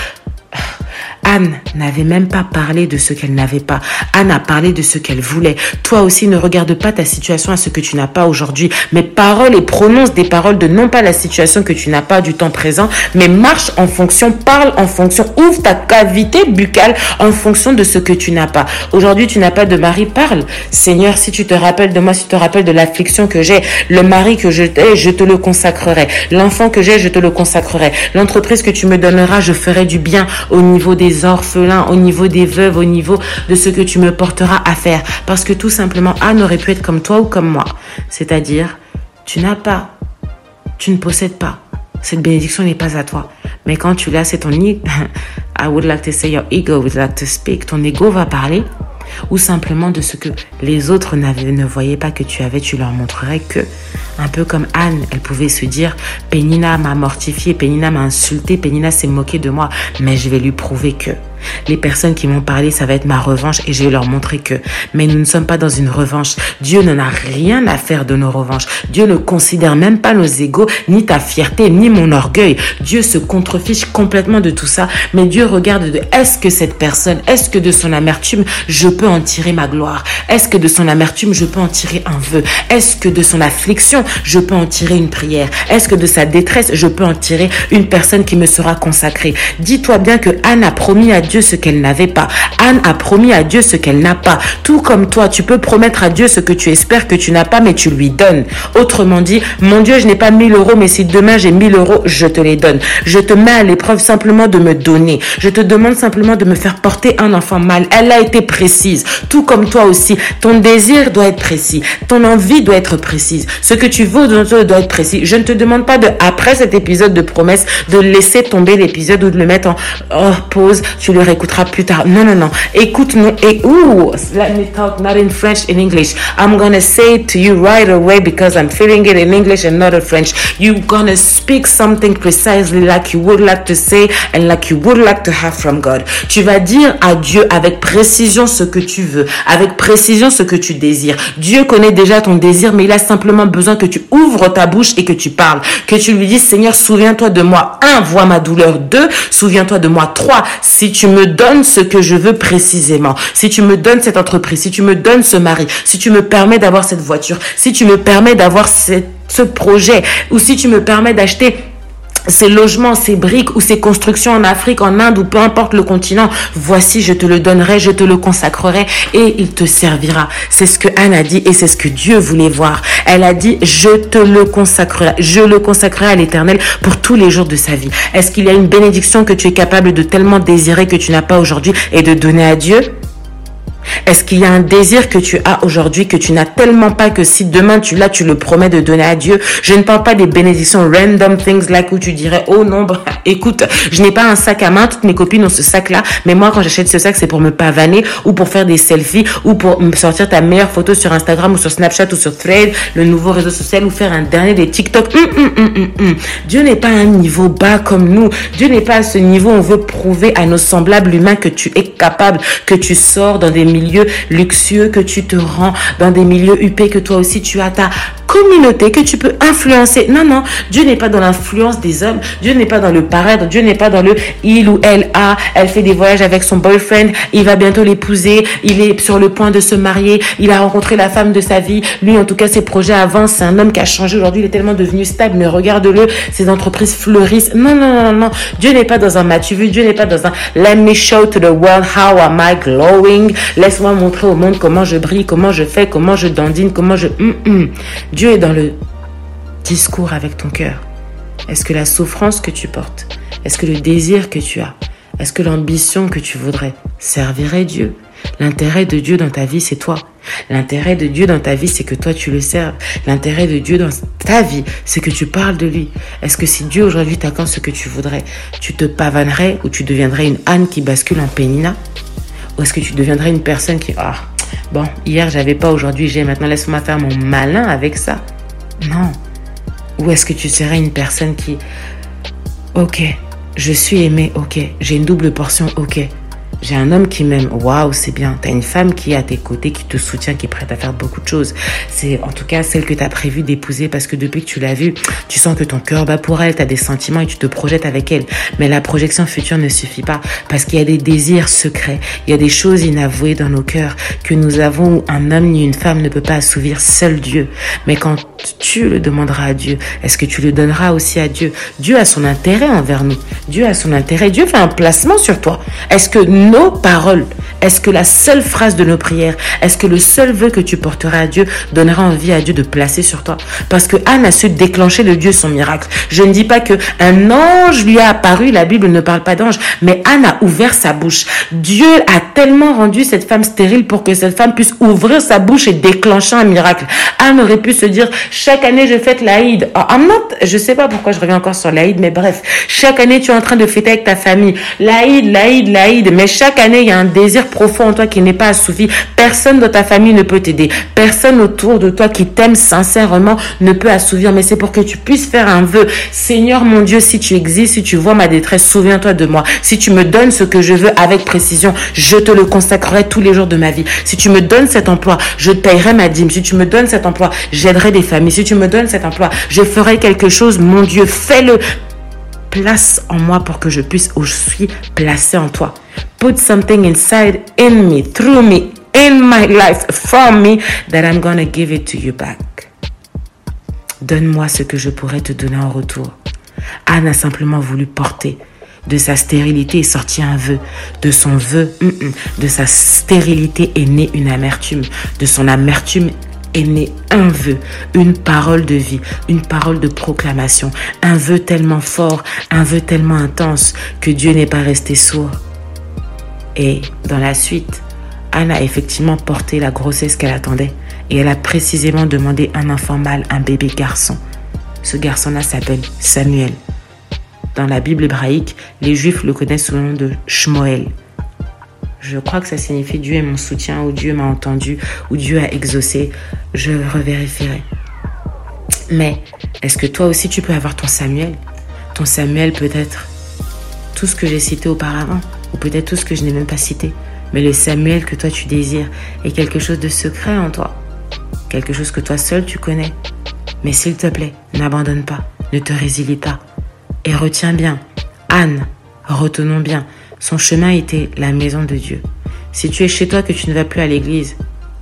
Anne n'avait même pas parlé de ce qu'elle n'avait pas. Anne a parlé de ce qu'elle voulait. Toi aussi, ne regarde pas ta situation à ce que tu n'as pas aujourd'hui, mais parole et prononce des paroles de non pas la situation que tu n'as pas du temps présent, mais marche en fonction, parle en fonction, ouvre ta cavité buccale en fonction de ce que tu n'as pas. Aujourd'hui, tu n'as pas de mari, parle. Seigneur, si tu te rappelles de moi, si tu te rappelles de l'affliction que j'ai, le mari que je t'ai, je te le consacrerai. L'enfant que j'ai, je te le consacrerai. L'entreprise que tu me donneras, je ferai du bien au niveau des orphelins, au niveau des veuves, au niveau de ce que tu me porteras à faire. Parce que tout simplement, Anne aurait pu être comme toi ou comme moi. C'est-à-dire, tu n'as pas, tu ne possèdes pas. Cette bénédiction n'est pas à toi. Mais quand tu l'as, c'est ton ego. I would like to say your ego would like to speak. Ton ego va parler. Ou simplement de ce que les autres ne voyaient pas que tu avais, tu leur montrerais que, un peu comme Anne, elle pouvait se dire, Pénina m'a mortifié, Pénina m'a insulté, Pénina s'est moquée de moi, mais je vais lui prouver que. Les personnes qui m'ont parlé, ça va être ma revanche et je vais leur montrer que. Mais nous ne sommes pas dans une revanche. Dieu n'en a rien à faire de nos revanches. Dieu ne considère même pas nos égos, ni ta fierté, ni mon orgueil. Dieu se contrefiche complètement de tout ça. Mais Dieu regarde de est-ce que cette personne, est-ce que de son amertume, je peux en tirer ma gloire? Est-ce que de son amertume, je peux en tirer un vœu? Est-ce que de son affliction, je peux en tirer une prière? Est-ce que de sa détresse, je peux en tirer une personne qui me sera consacrée? Dis-toi bien que Anne a promis à Dieu ce qu'elle n'avait pas. Anne a promis à Dieu ce qu'elle n'a pas. Tout comme toi, tu peux promettre à Dieu ce que tu espères que tu n'as pas, mais tu lui donnes. Autrement dit, mon Dieu, je n'ai pas mille euros, mais si demain j'ai mille euros, je te les donne. Je te mets à l'épreuve simplement de me donner. Je te demande simplement de me faire porter un enfant mâle. Elle a été précise. Tout comme toi aussi. Ton désir doit être précis. Ton envie doit être précise. Ce que tu veux doit être précis. Je ne te demande pas de, après cet épisode de promesse, de laisser tomber l'épisode ou de le mettre en oh, pause. Tu le réécouteras plus tard. Non, non, non. Écoute-nous et ooh, let me talk not in French, in English. I'm gonna say it to you right away because I'm feeling it in English and not in French. You're gonna speak something precisely like you would like to say and like you would like to have from God. Tu vas dire à Dieu avec précision ce que tu veux, avec précision ce que tu désires. Dieu connaît déjà ton désir, mais il a simplement besoin que tu ouvres ta bouche et que tu parles. Que tu lui dises, Seigneur, souviens-toi de moi. Un, vois ma douleur. Deux, souviens-toi de moi. Trois, si tu me donnes ce que je veux précisément, si tu me donnes cette entreprise, si tu me donnes ce mari, si tu me permets d'avoir cette voiture, si tu me permets d'avoir ce, ce projet, ou si tu me permets d'acheter ces logements, ces briques ou ces constructions en Afrique, en Inde ou peu importe le continent, voici, je te le donnerai, je te le consacrerai et il te servira. C'est ce que Anne a dit et c'est ce que Dieu voulait voir. Elle a dit, je te le consacrerai, je le consacrerai à l'Éternel pour tous les jours de sa vie. Est-ce qu'il y a une bénédiction que tu es capable de tellement désirer que tu n'as pas aujourd'hui et de donner à Dieu? Est-ce qu'il y a un désir que tu as aujourd'hui que tu n'as tellement pas que si demain tu l'as, tu le promets de donner à Dieu? Je ne parle pas des bénédictions random things like où tu dirais, oh non, bah, écoute, je n'ai pas un sac à main, toutes mes copines ont ce sac-là, mais moi quand j'achète ce sac, c'est pour me pavaner ou pour faire des selfies ou pour me sortir ta meilleure photo sur Instagram ou sur Snapchat ou sur Thread, le nouveau réseau social, ou faire un dernier des TikTok. Hum, hum, hum, hum, hum. Dieu n'est pas à un niveau bas comme nous. Dieu n'est pas à ce niveau où on veut prouver à nos semblables humains que tu es capable, que tu sors dans des milieux luxueux, que tu te rends dans des milieux huppés, que toi aussi tu as ta communauté, que tu peux influencer. Non, non, Dieu n'est pas dans l'influence des hommes, Dieu n'est pas dans le paraître, Dieu n'est pas dans le il ou elle a, elle fait des voyages avec son boyfriend, il va bientôt l'épouser, il est sur le point de se marier, il a rencontré la femme de sa vie, lui en tout cas ses projets avancent, c'est un homme qui a changé aujourd'hui, il est tellement devenu stable, mais regarde-le, ses entreprises fleurissent. Non, non, non, non, Dieu n'est pas dans un m'as-tu vu, Dieu n'est pas dans un let me show to the world how am I glowing, laisse-moi montrer au monde comment je brille, comment je fais, comment je dandine, comment je... Mm -mm. Dieu est dans le discours avec ton cœur. Est-ce que la souffrance que tu portes, est-ce que le désir que tu as, est-ce que l'ambition que tu voudrais servirait Dieu? L'intérêt de Dieu dans ta vie, c'est toi. L'intérêt de Dieu dans ta vie, c'est que toi, tu le serves. L'intérêt de Dieu dans ta vie, c'est que tu parles de lui. Est-ce que si Dieu aujourd'hui t'accorde ce que tu voudrais, tu te pavanerais ou tu deviendrais une âne qui bascule en Pénina? Ou est-ce que tu deviendrais une personne qui... Ah, bon, hier, j'avais pas, aujourd'hui, j'ai. Maintenant, laisse-moi faire mon malin avec ça. Non. Ou est-ce que tu serais une personne qui... Ok, je suis aimée, ok. J'ai une double portion, ok. J'ai un homme qui m'aime, waouh, c'est bien. T'as une femme qui est à tes côtés, qui te soutient, qui est prête à faire beaucoup de choses. C'est en tout cas celle que t'as prévu d'épouser parce que depuis que tu l'as vue, tu sens que ton cœur bat pour elle, t'as des sentiments et tu te projettes avec elle. Mais la projection future ne suffit pas parce qu'il y a des désirs secrets, il y a des choses inavouées dans nos cœurs que nous avons où un homme ni une femme ne peut pas assouvir, seul Dieu. Mais quand tu le demanderas à Dieu, est-ce que tu le donneras aussi à Dieu? Dieu a son intérêt envers nous. Dieu a son intérêt. Dieu fait un placement sur toi. Est-ce que nos paroles, est-ce que la seule phrase de nos prières, est-ce que le seul vœu que tu porteras à Dieu donnera envie à Dieu de placer sur toi? Parce que Anne a su déclencher de Dieu son miracle. Je ne dis pas que un ange lui a apparu, la Bible ne parle pas d'ange, mais Anne a ouvert sa bouche. Dieu a tellement rendu cette femme stérile pour que cette femme puisse ouvrir sa bouche et déclencher un miracle. Anne aurait pu se dire, chaque année je fête l'Aïd. Oh, I'm not, je sais pas pourquoi je reviens encore sur l'Aïd, mais bref, chaque année tu es en train de fêter avec ta famille. L'Aïd, l'Aïd, l'Aïd, mais chaque année il y a un désir profond en toi qui n'est pas assouvi. Personne dans ta famille ne peut t'aider. Personne autour de toi qui t'aime sincèrement ne peut assouvir, mais c'est pour que tu puisses faire un vœu. Seigneur mon Dieu, si tu existes, si tu vois ma détresse, souviens-toi de moi. Si tu me donnes ce que je veux avec précision, je te le consacrerai tous les jours de ma vie. Si tu me donnes cet emploi, je paierai ma dîme. Si tu me donnes cet emploi, j'aiderai des familles. Si tu me donnes cet emploi, je ferai quelque chose. Mon Dieu, fais-le. Place en moi pour que je puisse aussi placer en toi. Put something inside, in me, through me, in my life, from me, that I'm gonna give it to you back. Donne-moi ce que je pourrais te donner en retour. Anne a simplement voulu porter. De sa stérilité est sorti un vœu. De son vœu, mm, mm, de sa stérilité est née une amertume. De son amertume est né un vœu, une parole de vie, une parole de proclamation, un vœu tellement fort, un vœu tellement intense que Dieu n'est pas resté sourd. Et dans la suite, Anne a effectivement porté la grossesse qu'elle attendait et elle a précisément demandé un enfant mâle, un bébé garçon. Ce garçon-là s'appelle Samuel. Dans la Bible hébraïque, les Juifs le connaissent sous le nom de Shmoel. Je crois que ça signifie Dieu est mon soutien, ou Dieu m'a entendu, ou Dieu a exaucé. Je revérifierai. Mais est-ce que toi aussi tu peux avoir ton Samuel? Ton Samuel peut être tout ce que j'ai cité auparavant, ou peut-être tout ce que je n'ai même pas cité. Mais le Samuel que toi tu désires est quelque chose de secret en toi. Quelque chose que toi seul tu connais. Mais s'il te plaît, n'abandonne pas, ne te résilie pas. Et retiens bien, Anne, retenons bien, son chemin était la maison de Dieu. Si tu es chez toi que tu ne vas plus à l'église,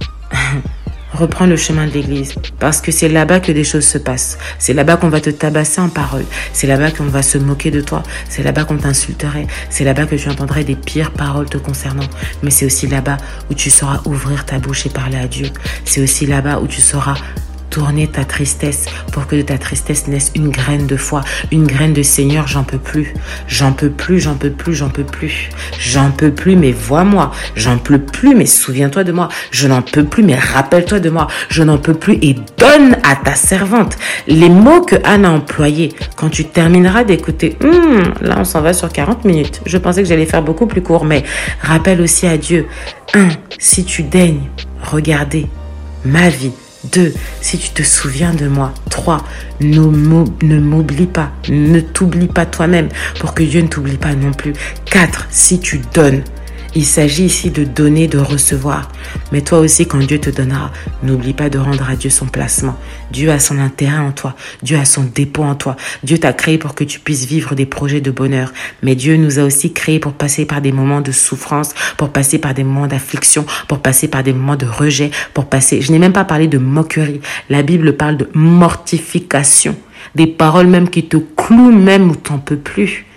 reprends le chemin de l'église. Parce que c'est là-bas que des choses se passent. C'est là-bas qu'on va te tabasser en parole. C'est là-bas qu'on va se moquer de toi. C'est là-bas qu'on t'insulterait. C'est là-bas que tu entendrais des pires paroles te concernant. Mais c'est aussi là-bas où tu sauras ouvrir ta bouche et parler à Dieu. C'est aussi là-bas où tu sauras tourner ta tristesse pour que de ta tristesse naisse une graine de foi, une graine de Seigneur, j'en peux plus, j'en peux plus, j'en peux plus, j'en peux plus, j'en peux plus, mais vois-moi, j'en peux plus, mais souviens-toi de moi, je n'en peux plus, mais rappelle-toi de moi, je n'en peux plus et donne à ta servante. Les mots que Anne a employés, quand tu termineras d'écouter, hum, là on s'en va sur quarante minutes, je pensais que j'allais faire beaucoup plus court, mais rappelle aussi à Dieu, un, si tu daignes regarder ma vie, deux, si tu te souviens de moi. Trois, ne m'oublie pas, ne t'oublie pas toi-même pour que Dieu ne t'oublie pas non plus. Quatre, si tu donnes. Il s'agit ici de donner, de recevoir. Mais toi aussi, quand Dieu te donnera, n'oublie pas de rendre à Dieu son placement. Dieu a son intérêt en toi. Dieu a son dépôt en toi. Dieu t'a créé pour que tu puisses vivre des projets de bonheur. Mais Dieu nous a aussi créés pour passer par des moments de souffrance, pour passer par des moments d'affliction, pour passer par des moments de rejet, pour passer... Je n'ai même pas parlé de moquerie. La Bible parle de mortification. Des paroles même qui te clouent même où t'en peux plus.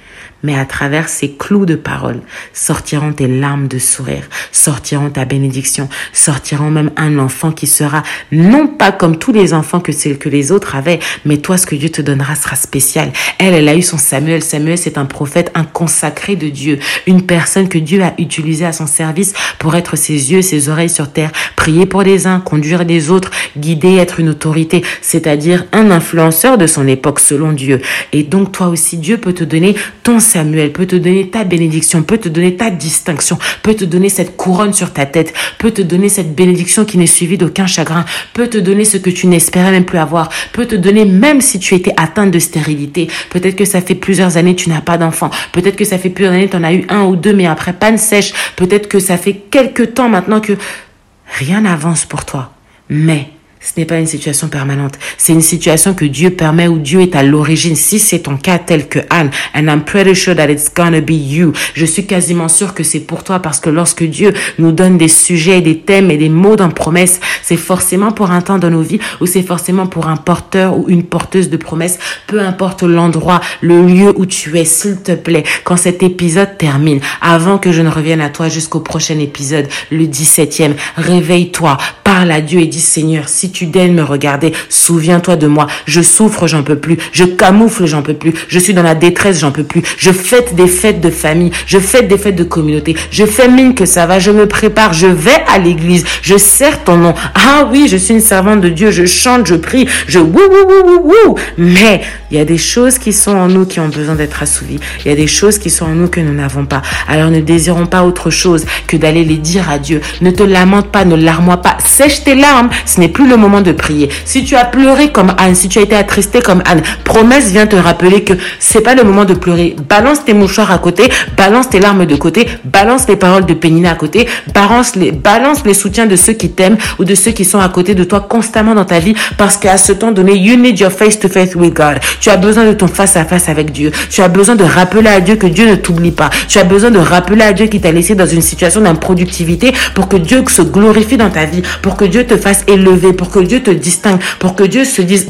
mais à travers ces clous de parole sortiront tes larmes de sourire, sortiront ta bénédiction, sortiront même un enfant qui sera non pas comme tous les enfants que, que les autres avaient, mais toi, ce que Dieu te donnera sera spécial. Elle, elle a eu son Samuel. Samuel, c'est un prophète, un consacré de Dieu, une personne que Dieu a utilisée à son service pour être ses yeux, ses oreilles sur terre, prier pour les uns, conduire les autres, guider, être une autorité, c'est-à-dire un influenceur de son époque selon Dieu. Et donc, toi aussi, Dieu peut te donner ton Samuel, peut te donner ta bénédiction, peut te donner ta distinction, peut te donner cette couronne sur ta tête, peut te donner cette bénédiction qui n'est suivie d'aucun chagrin, peut te donner ce que tu n'espérais même plus avoir, peut te donner même si tu étais atteinte de stérilité. Peut-être que ça fait plusieurs années que tu n'as pas d'enfant, peut-être que ça fait plusieurs années que tu en as eu un ou deux, mais après panne sèche, peut-être que ça fait quelques temps maintenant que rien n'avance pour toi. Mais ce n'est pas une situation permanente. C'est une situation que Dieu permet, où Dieu est à l'origine. Si c'est ton cas tel que Anne, and I'm pretty sure that it's gonna be you. Je suis quasiment sûre que c'est pour toi, parce que lorsque Dieu nous donne des sujets, des thèmes et des mots dans promesses, c'est forcément pour un temps dans nos vies, ou c'est forcément pour un porteur ou une porteuse de promesses. Peu importe l'endroit, le lieu où tu es, s'il te plaît, quand cet épisode termine, avant que je ne revienne à toi jusqu'au prochain épisode, le dix-septième, réveille-toi, parle à Dieu et dis: Seigneur, si tu daignes me regarder, souviens-toi de moi. Je souffre, j'en peux plus. Je camoufle, j'en peux plus. Je suis dans la détresse, j'en peux plus. Je fête des fêtes de famille. Je fête des fêtes de communauté. Je fais mine que ça va. Je me prépare. Je vais à l'église. Je sers ton nom. Ah oui, je suis une servante de Dieu. Je chante, je prie. Je wou wou wou wou wou. Mais il y a des choses qui sont en nous qui ont besoin d'être assouvies. Il y a des choses qui sont en nous que nous n'avons pas. Alors ne désirons pas autre chose que d'aller les dire à Dieu. Ne te lamente pas, ne larmoie pas. Sèche tes larmes. Ce n'est plus le moment de prier. Si tu as pleuré comme Anne, si tu as été attristé comme Anne, promesse vient te rappeler que c'est pas le moment de pleurer. Balance tes mouchoirs à côté, balance tes larmes de côté, balance les paroles de Pénina à côté, balance les, balance les soutiens de ceux qui t'aiment ou de ceux qui sont à côté de toi constamment dans ta vie, parce qu'à ce temps donné, you need your face to face with God. Tu as besoin de ton face à face avec Dieu. Tu as besoin de rappeler à Dieu que Dieu ne t'oublie pas. Tu as besoin de rappeler à Dieu qu'il t'a laissé dans une situation d'improductivité pour que Dieu se glorifie dans ta vie, pour que Dieu te fasse élever, pour que Dieu te distingue, pour que Dieu se dise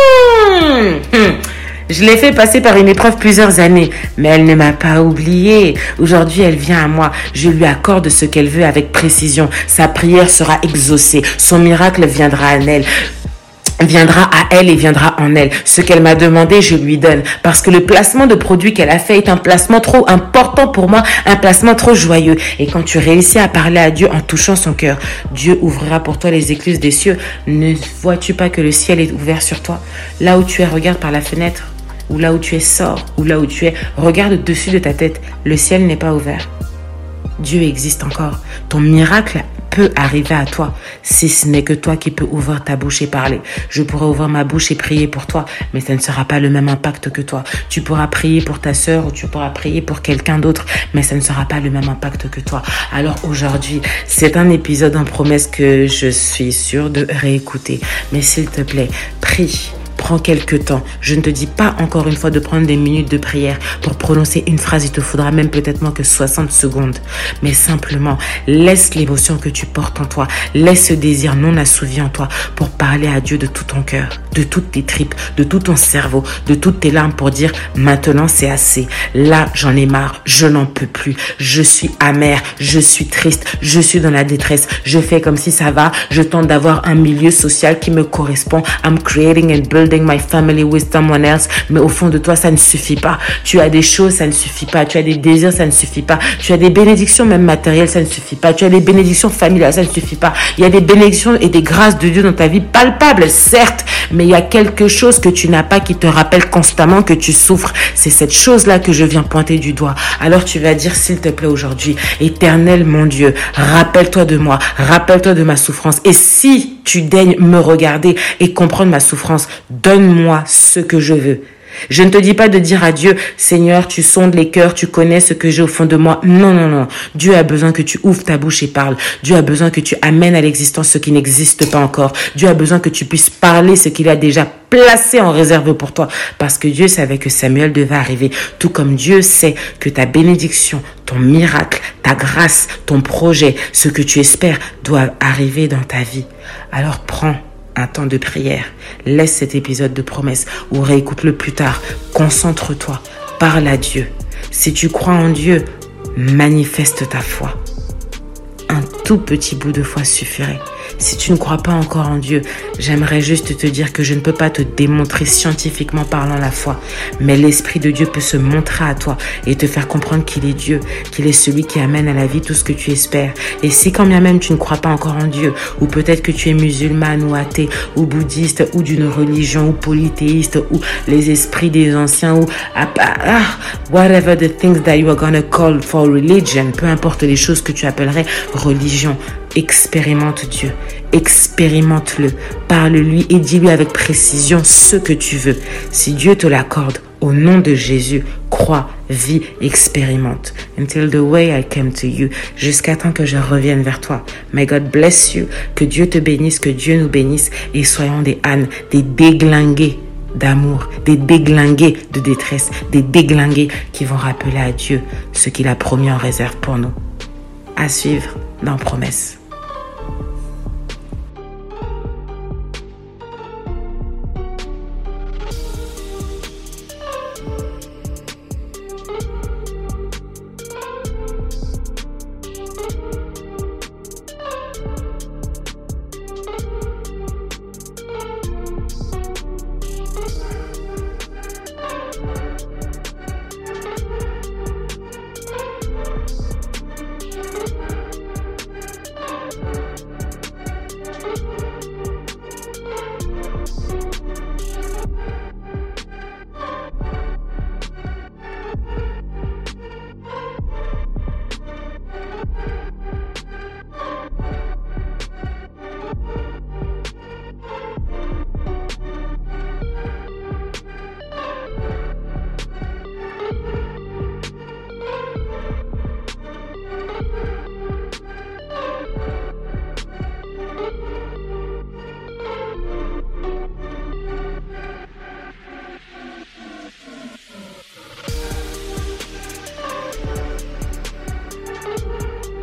hum, hum, je l'ai fait passer par une épreuve plusieurs années, mais elle ne m'a pas oublié. Aujourd'hui, elle vient à moi. Je lui accorde ce qu'elle veut avec précision. Sa prière sera exaucée. Son miracle viendra à elle. viendra à elle et viendra en elle. Ce qu'elle m'a demandé, je lui donne. Parce que le placement de produit qu'elle a fait est un placement trop important pour moi, un placement trop joyeux. Et quand tu réussis à parler à Dieu en touchant son cœur, Dieu ouvrira pour toi les écluses des cieux. Ne vois-tu pas que le ciel est ouvert sur toi? Là où tu es, regarde par la fenêtre. Ou là où tu es, sors. Ou là où tu es, regarde au-dessus de ta tête. Le ciel n'est pas ouvert. Dieu existe encore. Ton miracle peut arriver à toi, si ce n'est que toi qui peux ouvrir ta bouche et parler. Je pourrais ouvrir ma bouche et prier pour toi, mais ça ne sera pas le même impact que toi. Tu pourras prier pour ta sœur ou tu pourras prier pour quelqu'un d'autre, mais ça ne sera pas le même impact que toi. Alors aujourd'hui, c'est un épisode en promesse que je suis sûre de réécouter. Mais s'il te plaît, prie. Prends quelques temps. Je ne te dis pas encore une fois de prendre des minutes de prière pour prononcer une phrase. Il te faudra même peut-être moins que soixante secondes. Mais simplement, laisse l'émotion que tu portes en toi. Laisse ce désir non assouvi en toi pour parler à Dieu de tout ton cœur, de toutes tes tripes, de tout ton cerveau, de toutes tes larmes pour dire maintenant c'est assez. Là, j'en ai marre. Je n'en peux plus. Je suis amère. Je suis triste. Je suis dans la détresse. Je fais comme si ça va. Je tente d'avoir un milieu social qui me correspond. I'm creating and building my family with someone else, mais au fond de toi, ça ne suffit pas. Tu as des choses, ça ne suffit pas. Tu as des désirs, ça ne suffit pas. Tu as des bénédictions même matérielles, ça ne suffit pas. Tu as des bénédictions familiales, ça ne suffit pas. Il y a des bénédictions et des grâces de Dieu dans ta vie palpables, certes, mais il y a quelque chose que tu n'as pas qui te rappelle constamment que tu souffres. C'est cette chose-là que je viens pointer du doigt. Alors tu vas dire, s'il te plaît aujourd'hui, Éternel mon Dieu, rappelle-toi de moi, rappelle-toi de ma souffrance. Et si tu daignes me regarder et comprendre ma souffrance, donne-moi ce que je veux. Je ne te dis pas de dire à Dieu, Seigneur, tu sondes les cœurs, tu connais ce que j'ai au fond de moi. Non, non, non. Dieu a besoin que tu ouvres ta bouche et parles. Dieu a besoin que tu amènes à l'existence ce qui n'existe pas encore. Dieu a besoin que tu puisses parler ce qu'il a déjà placé en réserve pour toi. Parce que Dieu savait que Samuel devait arriver. Tout comme Dieu sait que ta bénédiction, ton miracle, ta grâce, ton projet, ce que tu espères doivent arriver dans ta vie. Alors prends un temps de prière. Laisse cet épisode de promesse ou réécoute-le plus tard. Concentre-toi. Parle à Dieu. Si tu crois en Dieu, manifeste ta foi. Un tout petit bout de foi suffirait. Si tu ne crois pas encore en Dieu, j'aimerais juste te dire que je ne peux pas te démontrer scientifiquement parlant la foi, mais l'Esprit de Dieu peut se montrer à toi et te faire comprendre qu'il est Dieu, qu'il est celui qui amène à la vie tout ce que tu espères. Et si quand bien même tu ne crois pas encore en Dieu, ou peut-être que tu es musulmane ou athée, ou bouddhiste, ou d'une religion, ou polythéiste, ou les esprits des anciens, ou ah, ah, whatever the things that you are gonna call for religion, peu importe les choses que tu appellerais religion, expérimente Dieu, expérimente-le, parle-lui et dis-lui avec précision ce que tu veux. Si Dieu te l'accorde, au nom de Jésus, crois, vis, expérimente. Until the way I came to you, jusqu'à temps que je revienne vers toi. May God bless you, que Dieu te bénisse, que Dieu nous bénisse et soyons des ânes, des déglingués d'amour, des déglingués de détresse, des déglingués qui vont rappeler à Dieu ce qu'il a promis en réserve pour nous. À suivre dans Promesse.